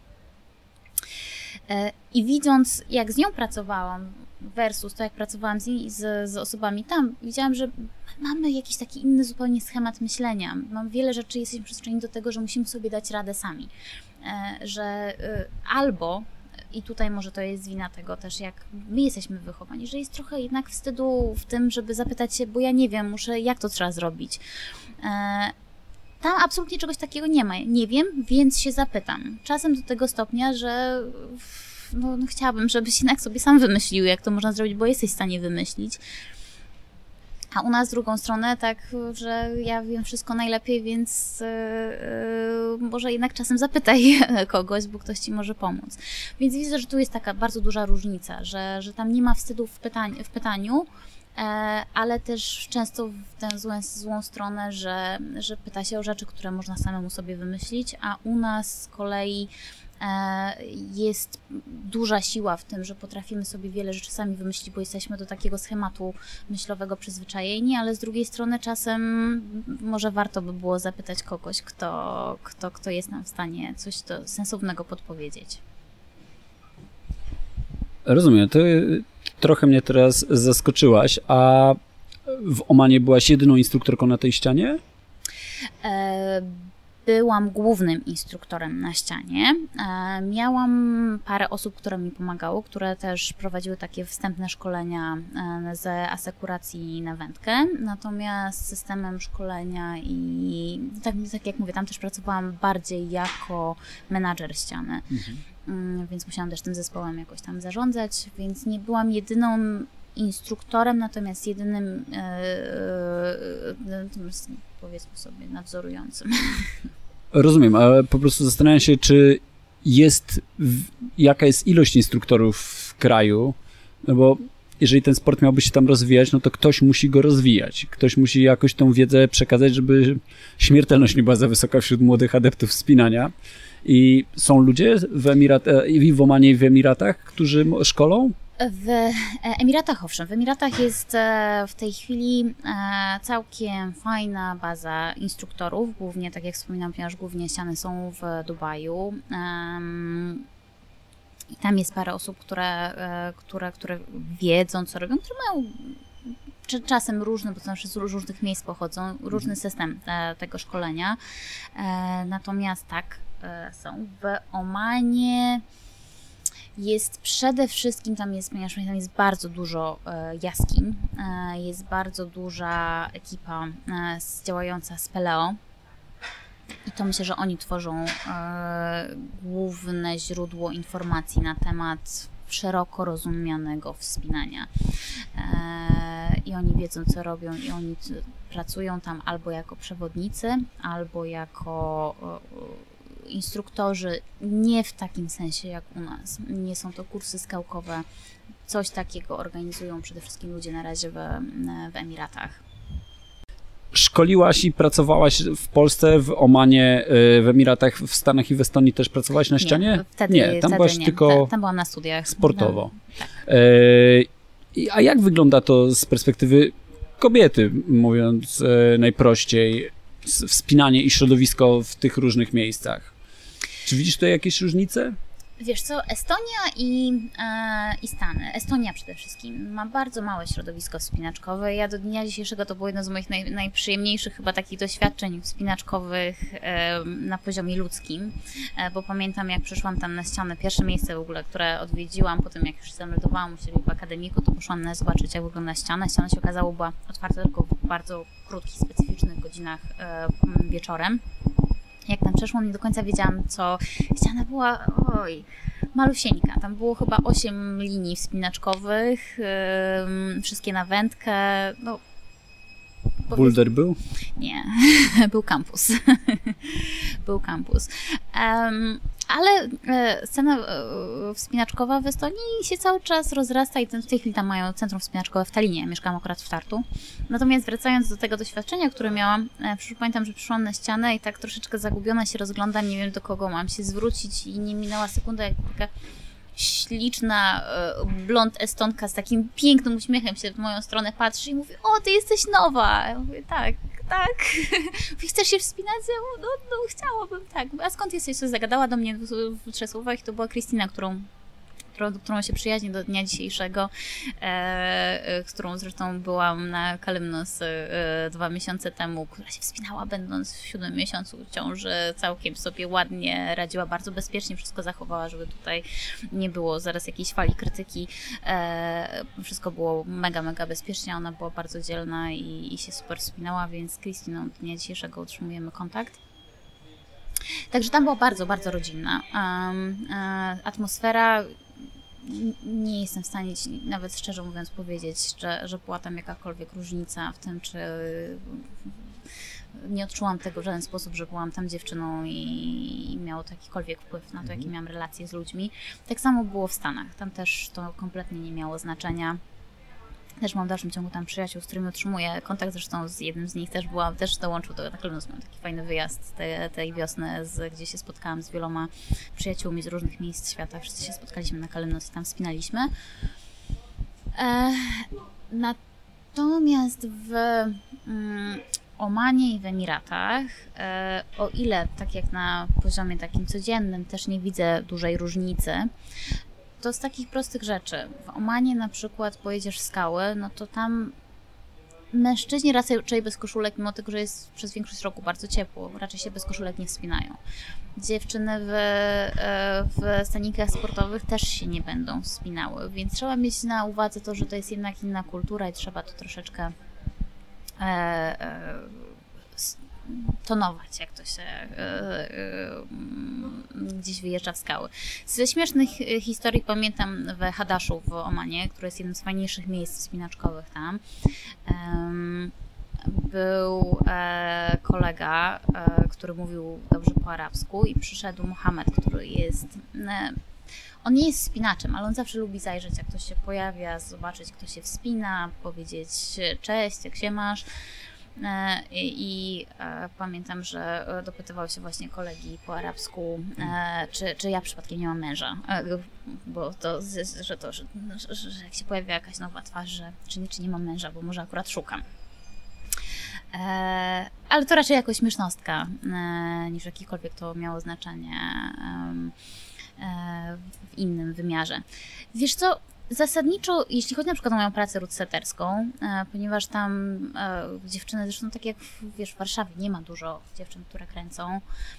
I widząc, jak z nią pracowałam versus to, jak pracowałam z osobami tam, widziałam, że mamy jakiś taki inny zupełnie schemat myślenia. Mam wiele rzeczy, jesteśmy przyzwyczajeni do tego, że musimy sobie dać radę sami. Że albo, i tutaj może to jest wina tego też, jak my jesteśmy wychowani, że jest trochę jednak wstydu w tym, żeby zapytać się, bo ja nie wiem, jak to trzeba zrobić. Tam absolutnie czegoś takiego nie ma. Nie wiem, więc się zapytam. Czasem do tego stopnia, że no chciałabym, żebyś jednak sobie sam wymyślił, jak to można zrobić, bo jesteś w stanie wymyślić. A u nas z drugą stronę tak, że ja wiem wszystko najlepiej, więc może jednak czasem zapytaj kogoś, bo ktoś ci może pomóc. Więc widzę, że tu jest taka bardzo duża różnica, że tam nie ma wstydu w pytaniu, ale też często w tę złą stronę, że pyta się o rzeczy, które można samemu sobie wymyślić, a u nas z kolei jest duża siła w tym, że potrafimy sobie wiele rzeczy sami wymyślić, bo jesteśmy do takiego schematu myślowego przyzwyczajeni, ale z drugiej strony czasem może warto by było zapytać kogoś, kto jest nam w stanie coś sensownego podpowiedzieć. Rozumiem, to trochę mnie teraz zaskoczyłaś, a w Omanie byłaś jedyną instruktorką na tej ścianie? Byłam głównym instruktorem na ścianie. Miałam parę osób, które mi pomagały, które też prowadziły takie wstępne szkolenia z asekuracji na wędkę. Natomiast systemem szkolenia i tak jak mówię, tam też pracowałam bardziej jako menadżer ściany. Więc musiałam też tym zespołem jakoś tam zarządzać, więc nie byłam jedyną instruktorem, natomiast jedynym powiedzmy sobie nadzorującym. Rozumiem, ale po prostu zastanawiam się, czy jaka jest ilość instruktorów w kraju, no bo jeżeli ten sport miałby się tam rozwijać, no to ktoś musi go rozwijać. Ktoś musi jakoś tą wiedzę przekazać, żeby śmiertelność nie była za wysoka wśród młodych adeptów wspinania. I są ludzie w Omanie i w Emiratach, którzy szkolą? W Emiratach owszem, w Emiratach jest w tej chwili całkiem fajna baza instruktorów, głównie, tak jak wspominam, ponieważ głównie ściany są w Dubaju. I tam jest parę osób, które wiedzą, co robią, które mają czasem różne, bo to znaczy z różnych miejsc pochodzą, różny system tego szkolenia. Natomiast tak, są w Omanie. Jest przede wszystkim, ponieważ tam jest bardzo dużo jaskiń, jest bardzo duża ekipa działająca z Peleo i to myślę, że oni tworzą główne źródło informacji na temat szeroko rozumianego wspinania. I oni wiedzą, co robią i oni pracują tam albo jako przewodnicy, albo jako instruktorzy, nie w takim sensie jak u nas. Nie są to kursy skałkowe. Coś takiego organizują przede wszystkim ludzie na razie w Emiratach. Szkoliłaś i pracowałaś w Polsce, w Omanie, w Emiratach, w Stanach i w Estonii też pracowałaś na ścianie? Nie, tam byłaś nie. tylko tam byłam na studiach. Sportowo. No, tak. A jak wygląda to z perspektywy kobiety, mówiąc najprościej, wspinanie i środowisko w tych różnych miejscach? Czy widzisz tutaj jakieś różnice? Wiesz co, Estonia i Stany. Estonia przede wszystkim ma bardzo małe środowisko wspinaczkowe. Ja do dnia dzisiejszego to było jedno z moich najprzyjemniejszych chyba takich doświadczeń wspinaczkowych na poziomie ludzkim, bo pamiętam, jak przyszłam tam na ścianę, pierwsze miejsce w ogóle, które odwiedziłam po tym, jak już zameldowałam u siebie w akademiku, to poszłam zobaczyć, jak wygląda ściana. Ściana się okazało była otwarta tylko w bardzo krótkich, specyficznych godzinach wieczorem. Jak tam przeszłam, nie do końca wiedziałam, co... Ściana była, malusieńka. Tam było chyba 8 linii wspinaczkowych, wszystkie na wędkę. No, Boulder był? Nie, był kampus. Był kampus. Ale scena wspinaczkowa w Estonii się cały czas rozrasta i w tej chwili tam mają centrum wspinaczkowe w Tallinie. Mieszkam akurat w Tartu. Natomiast wracając do tego doświadczenia, które miałam, pamiętam, że przyszłam na ścianę i tak troszeczkę zagubiona się rozglądam, nie wiem, do kogo mam się zwrócić i nie minęła sekunda, jak taka śliczna blond Estonka z takim pięknym uśmiechem się w moją stronę patrzy i mówi: o, ty jesteś nowa. Ja mówię: tak. Chcesz się wspinać? No, chciałabym, tak. A skąd jesteś? Coś zagadała do mnie w 3 słowach i to była Krystyna, którą się przyjaźnię do dnia dzisiejszego, z którą zresztą byłam na Kalymnos 2 miesiące temu, która się wspinała, będąc w 7 miesiącu ciąży, całkiem sobie ładnie radziła, bardzo bezpiecznie wszystko zachowała, żeby tutaj nie było zaraz jakiejś fali krytyki. Wszystko było mega, mega bezpiecznie, ona była bardzo dzielna i się super wspinała, więc z Krystyną do dnia dzisiejszego utrzymujemy kontakt. Także tam była bardzo, bardzo rodzinna. Atmosfera, nie jestem w stanie ci nawet szczerze mówiąc powiedzieć, że była tam jakakolwiek różnica w tym, czy nie odczułam tego w żaden sposób, że byłam tam dziewczyną i miało to jakikolwiek wpływ na to, jakie miałam relacje z ludźmi. Tak samo było w Stanach. Tam też to kompletnie nie miało znaczenia. Też mam w dalszym ciągu tam przyjaciół, z którymi utrzymuję kontakt, zresztą z jednym z nich też dołączył do Kalymnos. Miałam taki fajny wyjazd tej wiosny, gdzie się spotkałam z wieloma przyjaciółmi z różnych miejsc świata. Wszyscy się spotkaliśmy na Kalymnos i tam wspinaliśmy. Natomiast w Omanie i w Emiratach, o ile tak jak na poziomie takim codziennym też nie widzę dużej różnicy, to z takich prostych rzeczy. W Omanie na przykład pojedziesz w skały, no to tam mężczyźni raczej bez koszulek, mimo tego, że jest przez większość roku bardzo ciepło, raczej się bez koszulek nie wspinają. Dziewczyny w stanikach sportowych też się nie będą wspinały, więc trzeba mieć na uwadze to, że to jest jednak inna kultura i trzeba to troszeczkę tonować, jak to się gdzieś wyjeżdża w skały. Ze śmiesznych historii pamiętam w Hadaszu w Omanie, które jest jednym z fajniejszych miejsc wspinaczkowych tam. Był kolega, który mówił dobrze po arabsku i przyszedł Mohamed, który jest... On nie jest wspinaczem, ale on zawsze lubi zajrzeć, jak ktoś się pojawia, zobaczyć, kto się wspina, powiedzieć cześć, jak się masz. I pamiętam, że dopytywał się właśnie kolegi po arabsku, czy ja przypadkiem nie mam męża, bo że jak się pojawia jakaś nowa twarz, że czy nie mam męża, bo może akurat szukam. Ale to raczej jako śmiesznostka, niż jakiekolwiek to miało znaczenie w innym wymiarze. Wiesz co, zasadniczo, jeśli chodzi na przykład o moją pracę rootsetterską, ponieważ tam dziewczyny, zresztą tak jak wiesz, w Warszawie nie ma dużo dziewczyn, które kręcą,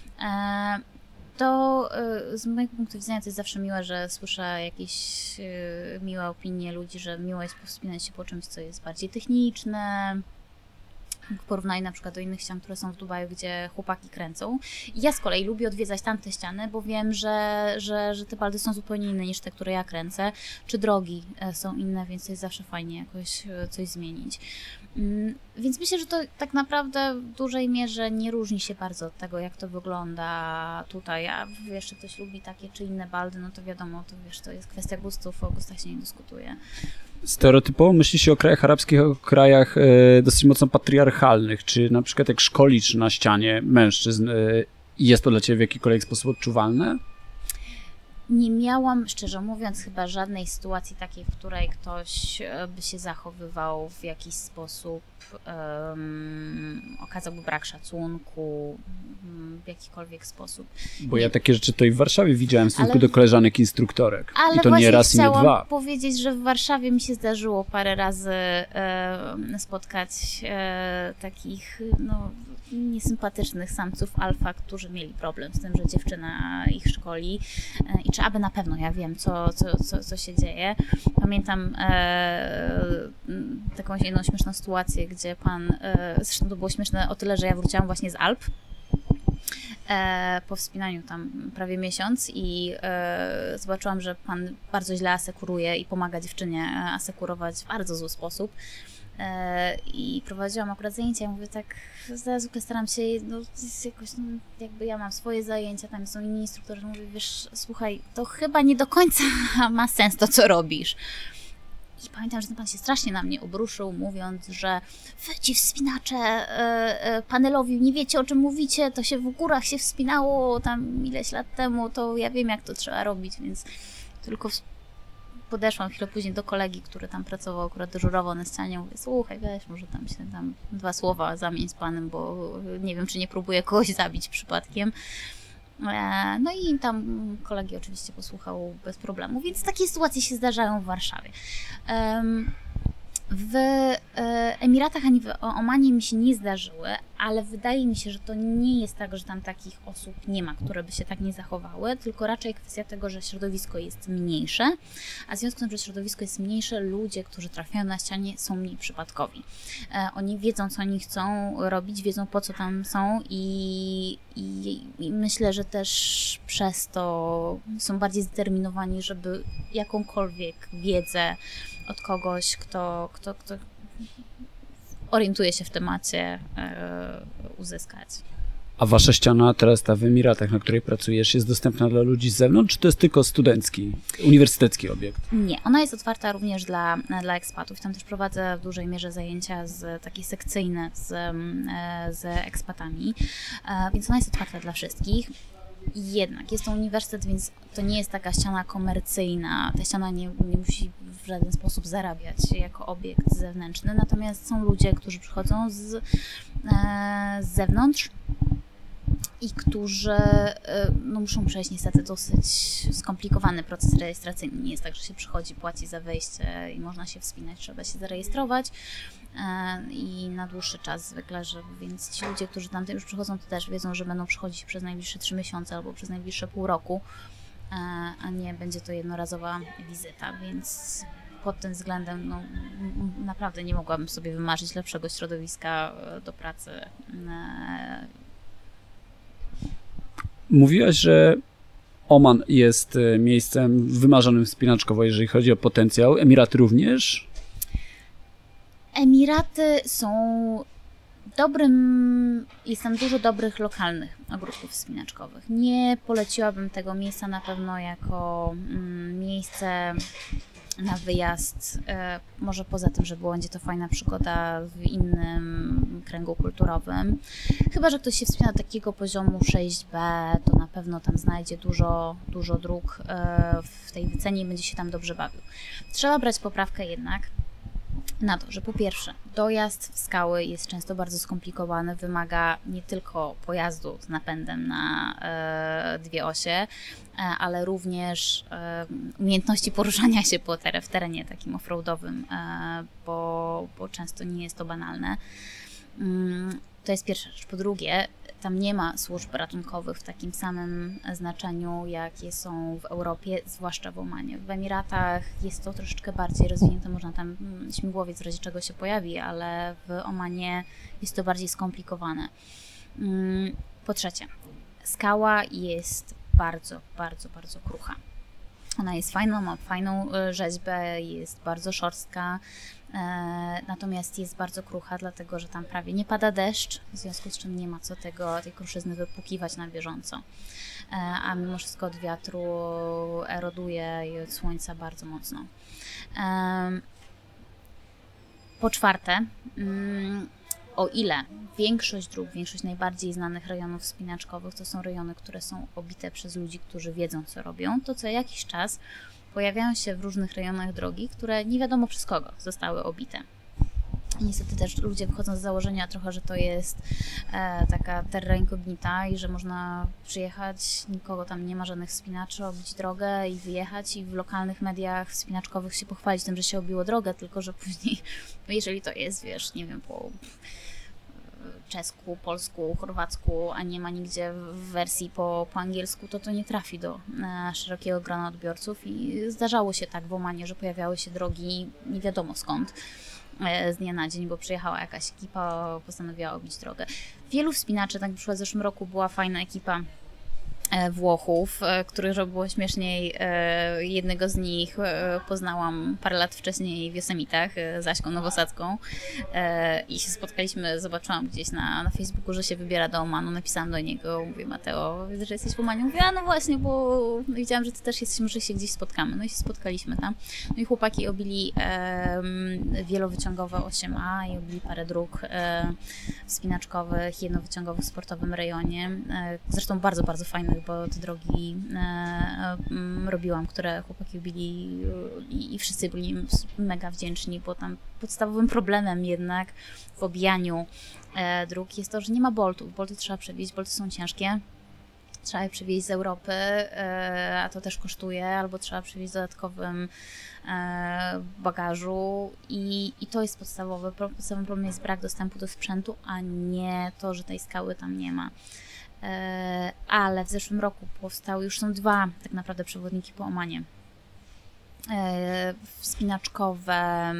to z mojego punktu widzenia to jest zawsze miłe, że słyszę jakieś miłe opinie ludzi, że miło jest wspinać się po czymś, co jest bardziej techniczne, w porównaniu na przykład do innych ścian, które są w Dubaju, gdzie chłopaki kręcą. Ja z kolei lubię odwiedzać tamte ściany, bo wiem, że te baldy są zupełnie inne niż te, które ja kręcę, czy drogi są inne, więc to jest zawsze fajnie jakoś coś zmienić. Więc myślę, że to tak naprawdę w dużej mierze nie różni się bardzo od tego, jak to wygląda tutaj. A wiesz, czy ktoś lubi takie czy inne baldy, no to wiadomo, to wiesz, to jest kwestia gustów, o gustach się nie dyskutuje. Stereotypowo myśli się o krajach arabskich, o krajach dosyć mocno patriarchalnych, czy na przykład jak szkolisz na ścianie mężczyzn, jest to dla ciebie w jakikolwiek sposób odczuwalne? Nie miałam, szczerze mówiąc, chyba żadnej sytuacji takiej, w której ktoś by się zachowywał w jakiś sposób, okazałby brak szacunku w jakikolwiek sposób. Bo ja takie rzeczy to i w Warszawie widziałem w stosunku do koleżanek instruktorek. Ale i to nie raz i nie dwa. chciałam powiedzieć, że w Warszawie mi się zdarzyło parę razy spotkać takich niesympatycznych samców alfa, którzy mieli problem z tym, że dziewczyna ich szkoli i czy aby na pewno ja wiem, co się dzieje. Pamiętam taką jedną śmieszną sytuację, gdzie pan, zresztą to było śmieszne o tyle, że ja wróciłam właśnie z Alp po wspinaniu tam prawie miesiąc i zobaczyłam, że pan bardzo źle asekuruje i pomaga dziewczynie asekurować w bardzo zły sposób. I prowadziłam akurat zajęcia, ja mówię tak, zwykle staram się, jakoś, jakby ja mam swoje zajęcia, tam są inni instruktorzy, mówię, wiesz, słuchaj, to chyba nie do końca ma sens to, co robisz. I pamiętam, że ten pan się strasznie na mnie obruszył, mówiąc, że wy ci wspinacze panelowi, nie wiecie, o czym mówicie, to się w górach się wspinało tam ileś lat temu, to ja wiem, jak to trzeba robić, więc tylko podeszłam chwilę później do kolegi, który tam pracował akurat dyżurowo na ścianie, mówię, słuchaj, weź, może tam się tam 2 słowa zamień z panem, bo nie wiem, czy nie próbuję kogoś zabić przypadkiem. No i tam kolegi oczywiście posłuchał bez problemu, więc takie sytuacje się zdarzają w Warszawie. W Emiratach ani w Omanie mi się nie zdarzyły, ale wydaje mi się, że to nie jest tak, że tam takich osób nie ma, które by się tak nie zachowały, tylko raczej kwestia tego, że środowisko jest mniejsze, a w związku z tym, że środowisko jest mniejsze, ludzie, którzy trafiają na ścianie, są mniej przypadkowi. Oni wiedzą, co oni chcą robić, wiedzą, po co tam są i myślę, że też przez to są bardziej zdeterminowani, żeby jakąkolwiek wiedzę od kogoś, kto orientuje się w temacie, uzyskać. A wasza ściana, teraz ta w Emiratach, na której pracujesz, jest dostępna dla ludzi z zewnątrz, czy to jest tylko studencki, uniwersytecki obiekt? Nie, ona jest otwarta również dla ekspatów. Tam też prowadzę w dużej mierze zajęcia takie sekcyjne z ekspatami, więc ona jest otwarta dla wszystkich. Jednak jest to uniwersytet, więc to nie jest taka ściana komercyjna. Ta ściana nie musi w żaden sposób zarabiać jako obiekt zewnętrzny. Natomiast są ludzie, którzy przychodzą z zewnątrz i którzy muszą przejść niestety dosyć skomplikowany proces rejestracyjny. Nie jest tak, że się przychodzi, płaci za wejście i można się wspinać, trzeba się zarejestrować i na dłuższy czas zwykle, więc ci ludzie, którzy tam już przychodzą, to też wiedzą, że będą przychodzić przez najbliższe 3 miesiące albo przez najbliższe pół roku, a nie będzie to jednorazowa wizyta, więc pod tym względem naprawdę nie mogłabym sobie wymarzyć lepszego środowiska do pracy. Mówiłaś, że Oman jest miejscem wymarzonym wspinaczkowo, jeżeli chodzi o potencjał. Emiraty również? Emiraty są jest tam dużo dobrych lokalnych ogródków wspinaczkowych. Nie poleciłabym tego miejsca na pewno jako miejsce na wyjazd, może poza tym, że będzie to fajna przygoda w innym kręgu kulturowym. Chyba że ktoś się wspina do takiego poziomu 6B, to na pewno tam znajdzie dużo dróg w tej wycenie i będzie się tam dobrze bawił. Trzeba brać poprawkę jednak na to, że po pierwsze dojazd w skały jest często bardzo skomplikowany, wymaga nie tylko pojazdu z napędem na dwie osie, ale również umiejętności poruszania się w terenie takim offroadowym, bo często nie jest to banalne. To jest pierwsza rzecz. Po drugie, tam nie ma służb ratunkowych w takim samym znaczeniu, jakie są w Europie, zwłaszcza w Omanie. W Emiratach jest to troszeczkę bardziej rozwinięte, można tam śmigłowiec w razie czego się pojawi, ale w Omanie jest to bardziej skomplikowane. Po trzecie, skała jest bardzo krucha. Ona jest fajna, ma fajną rzeźbę, jest bardzo szorstka, natomiast jest bardzo krucha, dlatego że tam prawie nie pada deszcz, w związku z czym nie ma co tej kruszyzny wypłukiwać na bieżąco. A mimo wszystko od wiatru eroduje i od słońca bardzo mocno. Po czwarte, o ile większość dróg, większość najbardziej znanych rejonów wspinaczkowych to są rejony, które są obite przez ludzi, którzy wiedzą, co robią, to co jakiś czas pojawiają się w różnych rejonach drogi, które nie wiadomo przez kogo zostały obite. I niestety też ludzie wychodzą z założenia trochę, że to jest taka terra incognita i że można przyjechać, nikogo tam nie ma, żadnych wspinaczy, obić drogę i wyjechać i w lokalnych mediach wspinaczkowych się pochwalić tym, że się obiło drogę, tylko że później, jeżeli to jest, wiesz, nie wiem, po czesku, polsku, chorwacku, a nie ma nigdzie w wersji po angielsku, to nie trafi do szerokiego grona odbiorców i zdarzało się tak w Omanie, że pojawiały się drogi nie wiadomo skąd z dnia na dzień, bo przyjechała jakaś ekipa, postanowiła obić drogę. Wielu wspinaczy, tak na przykład w zeszłym roku była fajna ekipa Włochów, których robiło śmieszniej. Jednego z nich poznałam parę lat wcześniej w Josemitach z Aśką Nowosadzką i się spotkaliśmy, zobaczyłam gdzieś na Facebooku, że się wybiera do Omanu, napisałam do niego, mówię: Mateo, widzę, że jesteś w Omanie. Mówię: a no właśnie, bo widziałam, że ty też jesteś, może się gdzieś spotkamy. No i się spotkaliśmy tam. No i chłopaki obili wielowyciągowe 8A i obili parę dróg wspinaczkowych, jednowyciągowych w sportowym rejonie. Zresztą bardzo, bardzo fajnych, bo te drogi robiłam, które chłopaki ubili i wszyscy byli mega wdzięczni, bo tam podstawowym problemem jednak w obijaniu dróg jest to, że nie ma boltów. Bolty trzeba przewieźć, bolty są ciężkie. Trzeba je przywieźć z Europy, a to też kosztuje, albo trzeba przywieźć w dodatkowym bagażu i to jest podstawowy problem jest brak dostępu do sprzętu, a nie to, że tej skały tam nie ma. Ale w zeszłym roku powstały, już są dwa tak naprawdę przewodniki po Omanie. Wspinaczkowe,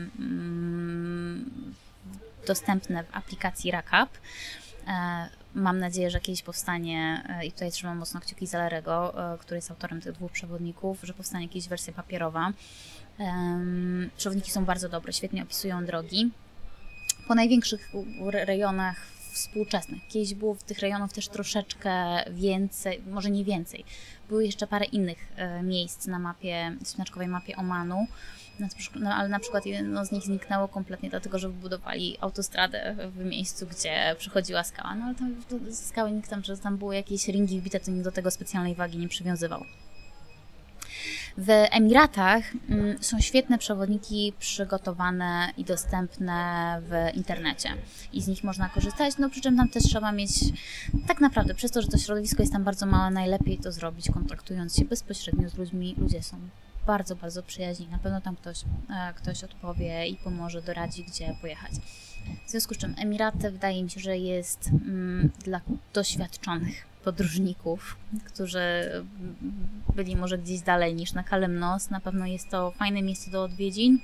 dostępne w aplikacji Rakap. Mam nadzieję, że kiedyś powstanie, i tutaj trzymam mocno kciuki za Larego, który jest autorem tych dwóch przewodników, że powstanie jakaś wersja papierowa. Przewodniki są bardzo dobre, świetnie opisują drogi. Po największych rejonach współczesnych. Kiedyś było w tych rejonów też troszeczkę więcej, może nie więcej. Były jeszcze parę innych miejsc na mapie, wspinaczkowej mapie Omanu, ale na przykład jedno z nich zniknęło kompletnie, dlatego że wybudowali autostradę w miejscu, gdzie przychodziła skała. No ale tam skały nikt tam, że tam były jakieś ringi wbite, to nikt do tego specjalnej wagi nie przywiązywał. W Emiratach są świetne przewodniki przygotowane i dostępne w internecie i z nich można korzystać, no przy czym tam też trzeba mieć, tak naprawdę przez to, że to środowisko jest tam bardzo małe, najlepiej to zrobić kontaktując się bezpośrednio z ludźmi. Ludzie są bardzo, bardzo przyjaźni, na pewno tam ktoś odpowie i pomoże, doradzi, gdzie pojechać. W związku z czym Emiraty wydaje mi się, że jest dla doświadczonych podróżników, którzy byli może gdzieś dalej niż na Kalemnos. Na pewno jest to fajne miejsce do odwiedzin,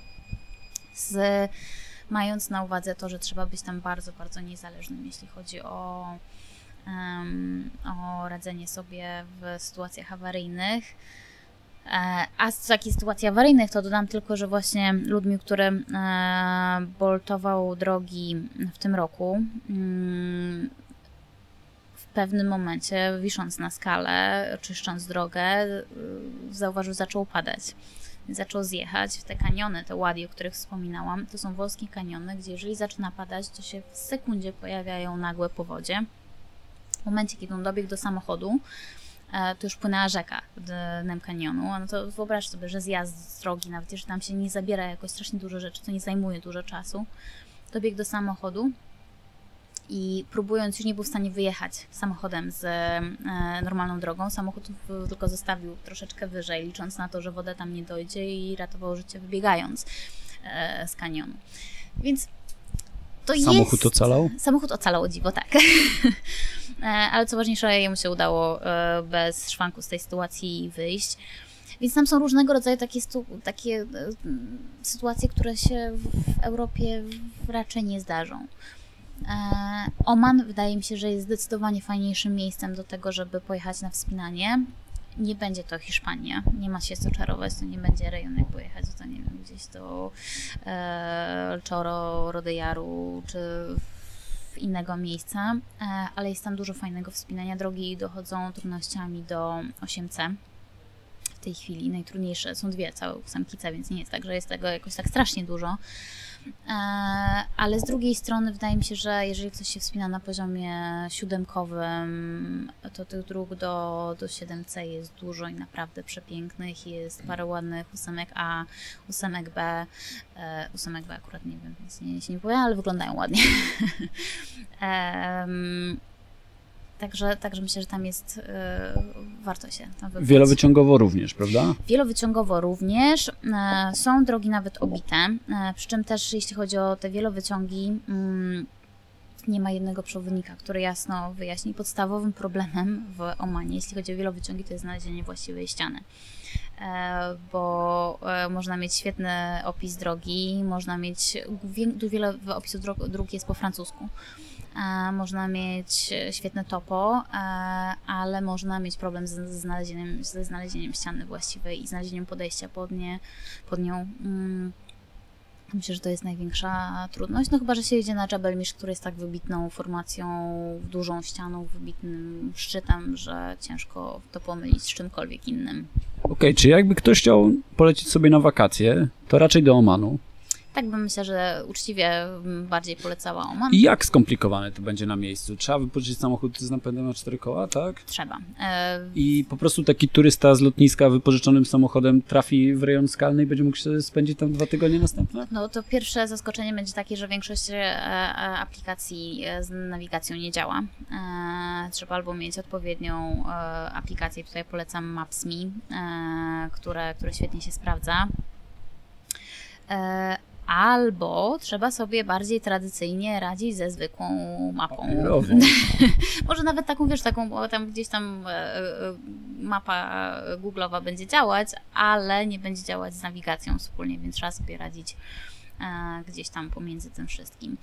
mając na uwadze to, że trzeba być tam bardzo, bardzo niezależnym, jeśli chodzi o radzenie sobie w sytuacjach awaryjnych. A z takich sytuacji awaryjnych to dodam tylko, że właśnie Ludmił, który boltował drogi w tym roku, w pewnym momencie, wisząc na skale, czyszcząc drogę, zauważył, że zaczął padać. Więc zaczął zjechać w te kaniony, te wadi, o których wspominałam. To są wąskie kaniony, gdzie jeżeli zaczyna padać, to się w sekundzie pojawiają nagłe powodzie. W momencie, kiedy on dobiegł do samochodu, to już płynęła rzeka dnem kanionu. No to wyobraź sobie, że zjazd z drogi, nawet jeżeli tam się nie zabiera jakoś strasznie dużo rzeczy, to nie zajmuje dużo czasu. Dobiegł do samochodu i próbując, już nie był w stanie wyjechać samochodem z normalną drogą. Samochód tylko zostawił troszeczkę wyżej, licząc na to, że woda tam nie dojdzie, i ratował życie wybiegając z kanionu. Więc to samochód ocalał? Samochód ocalał, o dziwo, tak. Ale co ważniejsze, jemu się udało bez szwanku z tej sytuacji wyjść. Więc tam są różnego rodzaju takie sytuacje, które się w Europie raczej nie zdarzą. Oman wydaje mi się, że jest zdecydowanie fajniejszym miejscem do tego, żeby pojechać na wspinanie. Nie będzie to Hiszpania, nie ma się co czarować, to nie będzie rejon, jak pojechać, to nie wiem, gdzieś do El Chorro, Rodejaru czy w innego miejsca, ale jest tam dużo fajnego wspinania. Drogi dochodzą trudnościami do 8C. W tej chwili najtrudniejsze są 2 całe 8-kice, więc nie jest tak, że jest tego jakoś tak strasznie dużo. Ale z drugiej strony wydaje mi się, że jeżeli ktoś się wspina na poziomie 7-kowym, to tych dróg do 7C jest dużo i naprawdę przepięknych. Jest parę ładnych 8A, 8B. 8B akurat nie wiem, więc się nie powiem, ale wyglądają ładnie. Także myślę, że tam jest, warto się tam wybrać. Wielowyciągowo również, prawda? Wielowyciągowo również. Są drogi nawet obite, przy czym też jeśli chodzi o te wielowyciągi, nie ma jednego przewodnika, który jasno wyjaśni. Podstawowym problemem w Omanie, jeśli chodzi o wielowyciągi, to jest znalezienie właściwej ściany. Bo można mieć świetny opis drogi, można mieć, wiele opisów dróg jest po francusku. Można mieć świetne topo, ale można mieć problem ze znalezieniem ściany właściwej i znalezieniem podejścia pod nią. Myślę, że to jest największa trudność. No chyba, że się jedzie na Jebel Mish, który jest tak wybitną formacją, dużą ścianą, wybitnym szczytem, że ciężko to pomylić z czymkolwiek innym. Okej, czy jakby ktoś chciał polecieć sobie na wakacje, to raczej do Omanu? Tak bym myślę, że uczciwie bardziej polecała Oman. I jak skomplikowane to będzie na miejscu? Trzeba wypożyczyć samochód z napędem na 4 koła, tak? Trzeba. I po prostu taki turysta z lotniska wypożyczonym samochodem trafi w rejon skalny i będzie mógł się spędzić tam 2 tygodnie następne? No to pierwsze zaskoczenie będzie takie, że większość aplikacji z nawigacją nie działa. Trzeba albo mieć odpowiednią aplikację, tutaj polecam Maps.me, które świetnie się sprawdza. Albo trzeba sobie bardziej tradycyjnie radzić ze zwykłą mapą. Może nawet taką, wiesz, taką tam gdzieś tam mapa googlowa będzie działać, ale nie będzie działać z nawigacją wspólnie, więc trzeba sobie radzić gdzieś tam pomiędzy tym wszystkim.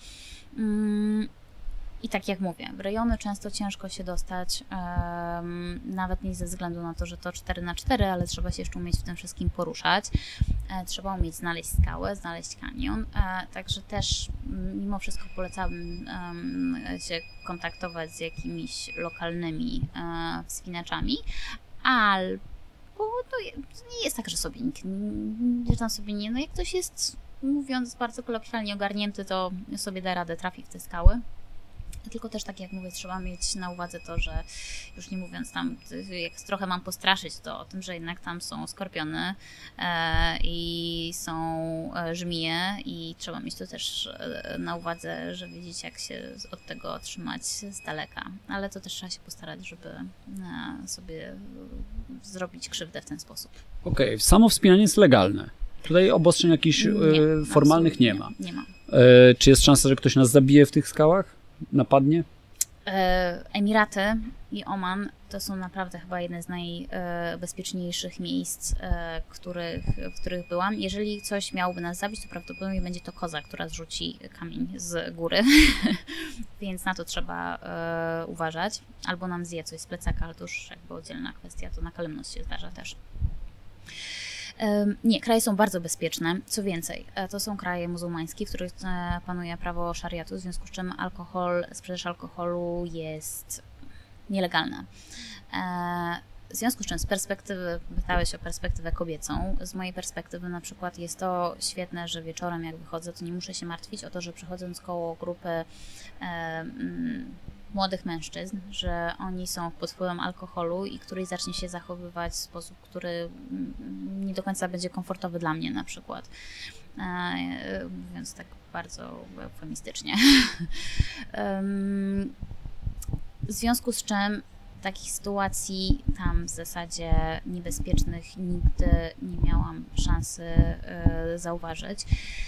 I tak jak mówię, w rejony często ciężko się dostać, nawet nie ze względu na to, że to 4x4, ale trzeba się jeszcze umieć w tym wszystkim poruszać. Trzeba umieć znaleźć skałę, znaleźć kanion, także też mimo wszystko polecałabym się kontaktować z jakimiś lokalnymi wspinaczami, albo to nie jest tak, że sobie nikt, że tam sobie nie, no jak ktoś jest, mówiąc bardzo kolokwialnie, ogarnięty, to sobie da radę, trafi w te skały. Tylko też, tak jak mówię, trzeba mieć na uwadze to, że już nie mówiąc tam, jak trochę mam postraszyć, to o tym, że jednak tam są skorpiony i są żmije i trzeba mieć to też na uwadze, że wiedzieć, jak się od tego trzymać z daleka. Ale to też trzeba się postarać, żeby sobie zrobić krzywdę w ten sposób. Okej, samo wspinanie jest legalne. Tutaj obostrzeń jakichś formalnych nie ma. Nie ma. Czy jest szansa, że ktoś nas zabije w tych skałach? Napadnie? Emiraty i Oman to są naprawdę chyba jedne z najbezpieczniejszych miejsc, w których byłam. Jeżeli coś miałoby nas zabić, to prawdopodobnie będzie to koza, która zrzuci kamień z góry, więc na to trzeba uważać. Albo nam zje coś z plecaka, ale to już jakby oddzielna kwestia, to na Kalemnos się zdarza też. Nie, kraje są bardzo bezpieczne. Co więcej, to są kraje muzułmańskie, w których panuje prawo szariatu, w związku z czym sprzedaż alkoholu jest nielegalna. W związku z czym z perspektywy, pytałeś o perspektywę kobiecą, z mojej perspektywy na przykład jest to świetne, że wieczorem jak wychodzę, to nie muszę się martwić o to, że przechodząc koło grupy młodych mężczyzn, że oni są pod wpływem alkoholu i któryś zacznie się zachowywać w sposób, który nie do końca będzie komfortowy dla mnie na przykład. Mówiąc tak bardzo eufemistycznie. W związku z czym takich sytuacji tam w zasadzie niebezpiecznych nigdy nie miałam szansy zauważyć.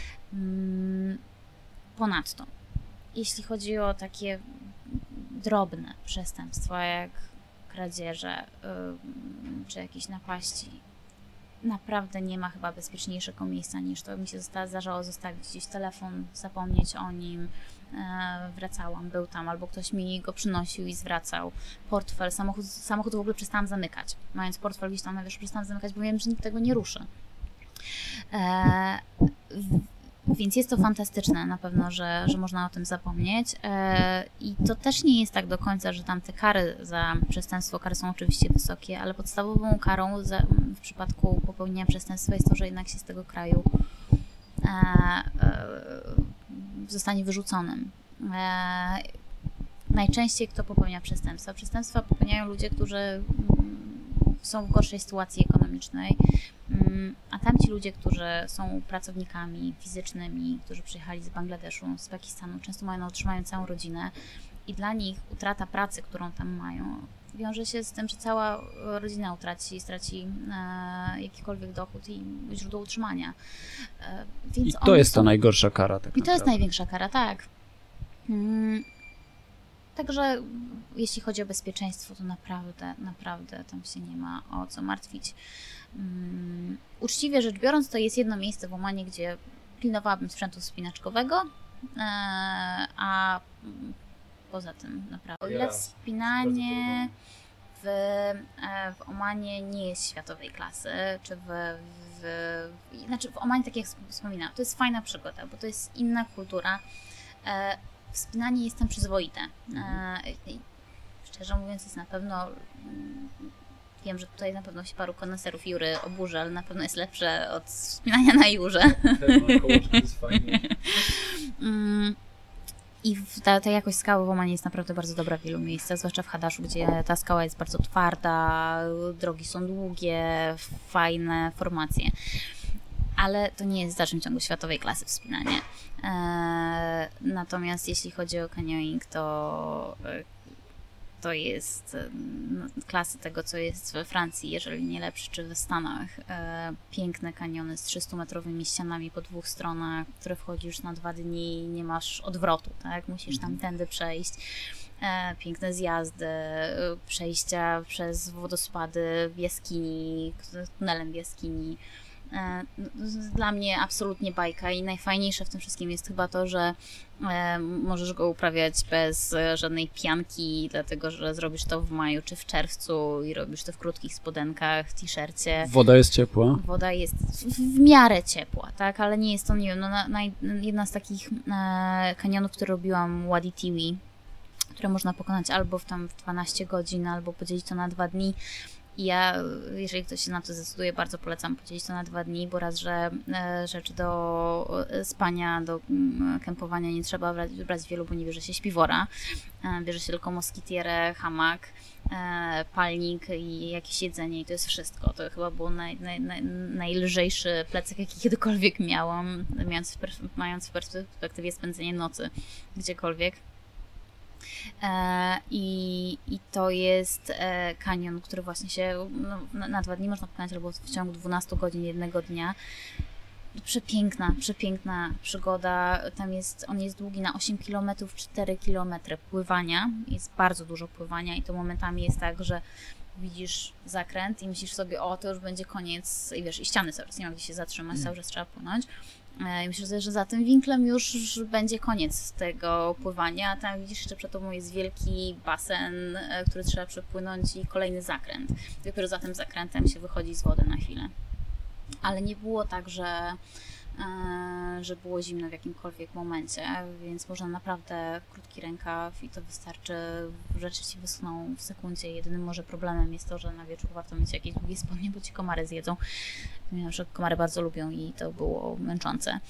Ponadto, jeśli chodzi o takie drobne przestępstwa, jak kradzieże czy jakieś napaści, naprawdę nie ma chyba bezpieczniejszego miejsca niż to. Mi się zdarzało zostawić gdzieś telefon, zapomnieć o nim, wracałam, był tam, albo ktoś mi go przynosił i zwracał. Portfel, samochód w ogóle przestałam zamykać. Mając portfel gdzieś tam na wierzchu, przestałam zamykać, bo wiem, że nikt tego nie ruszy. Więc jest to fantastyczne na pewno, że można o tym zapomnieć. I to też nie jest tak do końca, że tam te kary za przestępstwo, kary są oczywiście wysokie, ale podstawową karą w przypadku popełnienia przestępstwa jest to, że jednak się z tego kraju zostanie wyrzuconym. Najczęściej kto popełnia przestępstwa? Przestępstwa popełniają ludzie, którzy są w gorszej sytuacji ekonomicznej, a tamci ludzie, którzy są pracownikami fizycznymi, którzy przyjechali z Bangladeszu, z Pakistanu, często mają na utrzymaniu całą rodzinę i dla nich utrata pracy, którą tam mają, wiąże się z tym, że cała rodzina straci jakikolwiek dochód i źródło utrzymania. Więc i to jest ta najgorsza kara. Tak I to jest największa kara, tak. Także jeśli chodzi o bezpieczeństwo, to naprawdę tam się nie ma o co martwić. Uczciwie rzecz biorąc, to jest jedno miejsce w Omanie, gdzie pilnowałabym sprzętu wspinaczkowego, a poza tym naprawdę. O ile wspinanie w Omanie nie jest światowej klasy, czy znaczy w Omanie, tak jak wspominałam, to jest fajna przygoda, bo to jest inna kultura. Wspinanie jest tam przyzwoite. Szczerze mówiąc, jest na pewno, wiem, że tutaj na pewno się paru koneserów Jury oburzy, ale na pewno jest lepsze od wspinania na Jurze. I ta jakość skały w Omanie jest naprawdę bardzo dobra w wielu miejscach, zwłaszcza w Hadaszu, gdzie ta skała jest bardzo twarda, drogi są długie, fajne formacje. Ale to nie jest w dalszym ciągu światowej klasy wspinanie. Natomiast jeśli chodzi o canyoning, to jest klasy tego, co jest we Francji, jeżeli nie lepszy, czy w Stanach. Piękne kaniony z 300-metrowymi ścianami po dwóch stronach, które wchodzisz na 2 dni i nie masz odwrotu, tak? Musisz tam tędy przejść. Piękne zjazdy, przejścia przez wodospady w jaskini, tunelem w jaskini. Dla mnie absolutnie bajka i najfajniejsze w tym wszystkim jest chyba to, że możesz go uprawiać bez żadnej pianki, dlatego że zrobisz to w maju czy w czerwcu i robisz to w krótkich spodenkach, t-shircie. Woda jest ciepła? Woda jest w miarę ciepła, tak, ale nie jest to, nie wiem, jedna z takich kanionów, które robiłam, Wadi Tiwi, które można pokonać albo w 12 godzin, albo podzielić to na 2 dni. I ja, jeżeli ktoś się na to zdecyduje, bardzo polecam podzielić to na 2 dni, bo raz, że rzeczy do spania, do kempowania nie trzeba brać wielu, bo nie bierze się śpiwora. Bierze się tylko moskitierę, hamak, palnik i jakieś jedzenie i to jest wszystko. To chyba był najlżejszy plecak, jaki kiedykolwiek miałam, mając w perspektywie spędzenie nocy gdziekolwiek. I to jest kanion, który właśnie się na 2 dni można pokonać albo w ciągu 12 godzin jednego dnia. Przepiękna przygoda. On jest długi na 8 km, 4 km pływania. Jest bardzo dużo pływania i to momentami jest tak, że widzisz zakręt i myślisz sobie, o, to już będzie koniec i wiesz, i ściany cały czas nie ma gdzie się zatrzymać, cały czas trzeba płynąć. I myślę, że za tym winklem już będzie koniec tego pływania, a tam widzisz, jeszcze przed tobą jest wielki basen, który trzeba przepłynąć i kolejny zakręt. Dopiero za tym zakrętem się wychodzi z wody na chwilę. Ale nie było tak, że że było zimno w jakimkolwiek momencie, więc można naprawdę krótki rękaw i to wystarczy, rzeczy ci wyschną w sekundzie. Jedynym może problemem jest to, że na wieczór warto mieć jakieś długie spodnie, bo ci komary zjedzą. Mnie na przykład komary bardzo lubią i to było męczące.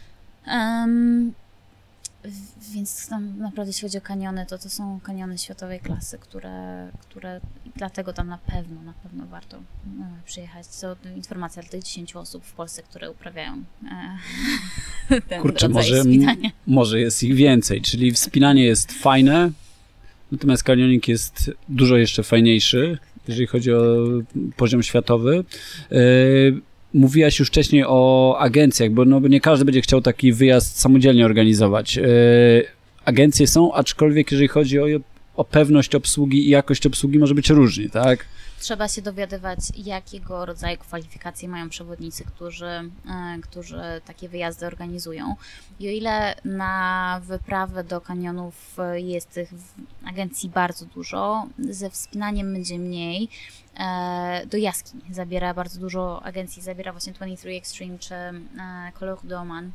Więc tam naprawdę jeśli chodzi o kaniony, to są kaniony światowej klasy, które dlatego tam na pewno warto przyjechać. To informacja dla tych 10 osób w Polsce, które uprawiają ten rodzaj wspinania. Może jest ich więcej, czyli wspinanie jest fajne, natomiast kanioning jest dużo jeszcze fajniejszy, jeżeli chodzi o poziom światowy. Mówiłaś już wcześniej o agencjach, bo nie każdy będzie chciał taki wyjazd samodzielnie organizować. Agencje są, aczkolwiek jeżeli chodzi o pewność obsługi i jakość obsługi może być różnie, tak? Trzeba się dowiadywać, jakiego rodzaju kwalifikacje mają przewodnicy, którzy takie wyjazdy organizują. I o ile na wyprawę do kanionów jest tych agencji bardzo dużo, ze wspinaniem będzie mniej. Do jaskiń zabiera bardzo dużo agencji, zabiera właśnie 23 Extreme czy Couleur d'Oman.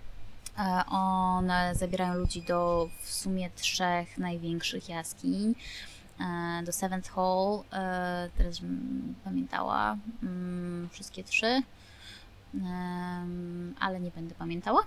One zabierają ludzi do w sumie 3 największych jaskiń. Do Seventh Hall, teraz żebym pamiętała wszystkie 3, ale nie będę pamiętała.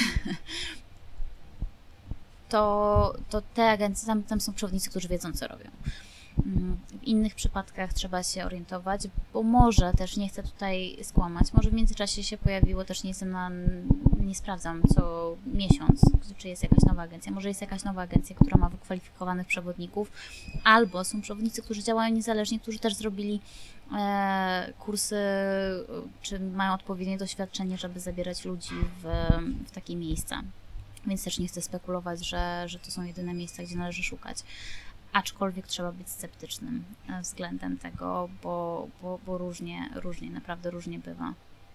to te agencje, tam są przewodnicy, którzy wiedzą, co robią. W innych przypadkach trzeba się orientować, bo może też, nie chcę tutaj skłamać, może w międzyczasie się pojawiło, też nie sprawdzam co miesiąc, czy jest jakaś nowa agencja, może jest jakaś nowa agencja, która ma wykwalifikowanych przewodników, albo są przewodnicy, którzy działają niezależnie, którzy też zrobili kursy, czy mają odpowiednie doświadczenie, żeby zabierać ludzi w takie miejsca. Więc też nie chcę spekulować, że to są jedyne miejsca, gdzie należy szukać. Aczkolwiek trzeba być sceptycznym względem tego, bo różnie, naprawdę różnie bywa.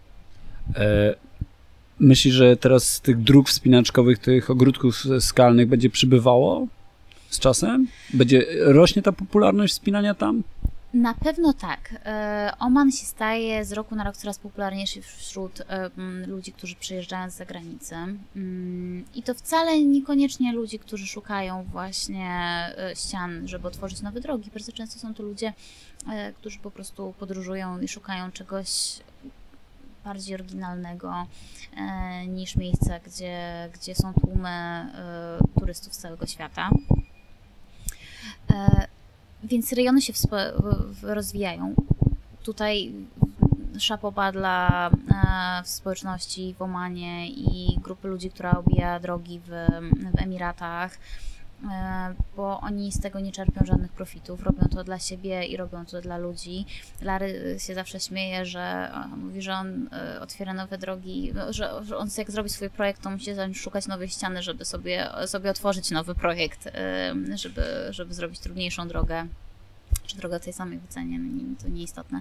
Myślisz, że teraz z tych dróg wspinaczkowych, tych ogródków skalnych będzie przybywało z czasem? Rośnie ta popularność wspinania tam? Na pewno tak. Oman się staje z roku na rok coraz popularniejszy wśród ludzi, którzy przyjeżdżają z zagranicy. I to wcale niekoniecznie ludzi, którzy szukają właśnie ścian, żeby otworzyć nowe drogi. Bardzo często są to ludzie, którzy po prostu podróżują i szukają czegoś bardziej oryginalnego niż miejsca, gdzie są tłumy turystów z całego świata. Więc rejony się rozwijają. Tutaj szapoba dla społeczności w Omanie i grupy ludzi, która obija drogi w Emiratach, bo oni z tego nie czerpią żadnych profitów. Robią to dla siebie i robią to dla ludzi. Larry się zawsze śmieje, że mówi, że on otwiera nowe drogi, że on jak zrobi swój projekt, to musi zacząć szukać nowej ściany, żeby sobie otworzyć nowy projekt, żeby zrobić trudniejszą drogę, czy drogę o tej samej wycenie, to nieistotne.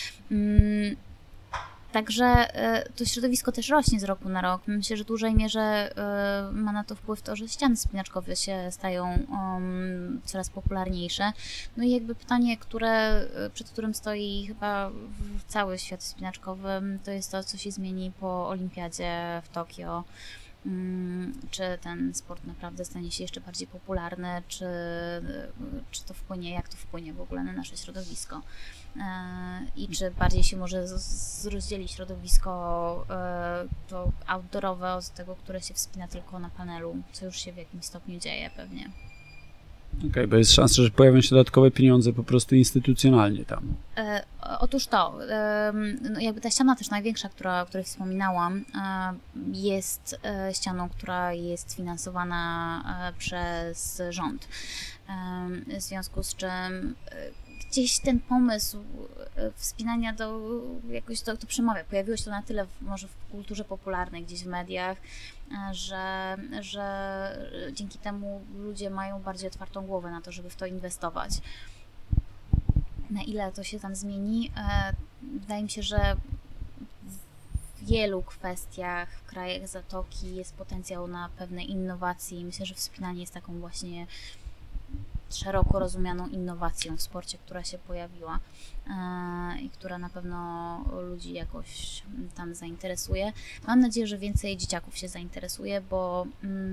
Także to środowisko też rośnie z roku na rok. Myślę, że w dużej mierze ma na to wpływ to, że ściany wspinaczkowe się stają coraz popularniejsze. No i jakby pytanie, przed którym stoi chyba cały świat wspinaczkowy, to jest to, co się zmieni po olimpiadzie w Tokio. Czy ten sport naprawdę stanie się jeszcze bardziej popularny, czy to wpłynie, jak to wpłynie w ogóle na nasze środowisko. I czy bardziej się może rozdzielić środowisko to outdoorowe od tego, które się wspina tylko na panelu, co już się w jakimś stopniu dzieje pewnie. Okej, bo jest szansa, że pojawią się dodatkowe pieniądze po prostu instytucjonalnie tam. Otóż to, no jakby ta ściana też największa, o której wspominałam, jest ścianą, która jest finansowana przez rząd. W związku z czym gdzieś ten pomysł wspinania jakoś to przemawia. Pojawiło się to na tyle może w kulturze popularnej, gdzieś w mediach, że dzięki temu ludzie mają bardziej otwartą głowę na to, żeby w to inwestować. Na ile to się tam zmieni? Wydaje mi się, że w wielu kwestiach w krajach Zatoki jest potencjał na pewne innowacje i myślę, że wspinanie jest taką właśnie szeroko rozumianą innowacją w sporcie, która się pojawiła i która na pewno ludzi jakoś tam zainteresuje. Mam nadzieję, że więcej dzieciaków się zainteresuje, bo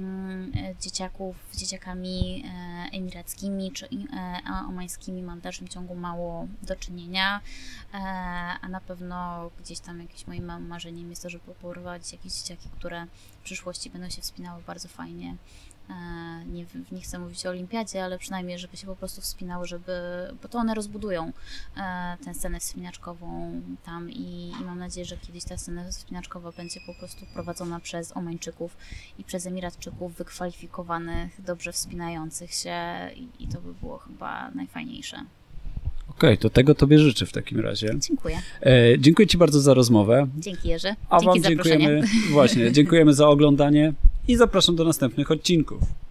z dzieciakami emirackimi czy omańskimi mam w dalszym ciągu mało do czynienia, a na pewno gdzieś tam jakimś moim marzeniem jest to, żeby poprowadzić jakieś dzieciaki, które w przyszłości będą się wspinały bardzo fajnie. Nie chcę mówić o olimpiadzie, ale przynajmniej, żeby się po prostu wspinały, bo to one rozbudują tę scenę wspinaczkową tam i mam nadzieję, że kiedyś ta scena wspinaczkowa będzie po prostu prowadzona przez Omańczyków i przez Emiratczyków wykwalifikowanych, dobrze wspinających się i to by było chyba najfajniejsze. Okej, to tego Tobie życzę w takim razie. Dziękuję. Dziękuję Ci bardzo za rozmowę. Dzięki, Jerzy. A Dzięki Wam dziękujemy, właśnie, dziękujemy za oglądanie i zapraszam do następnych odcinków.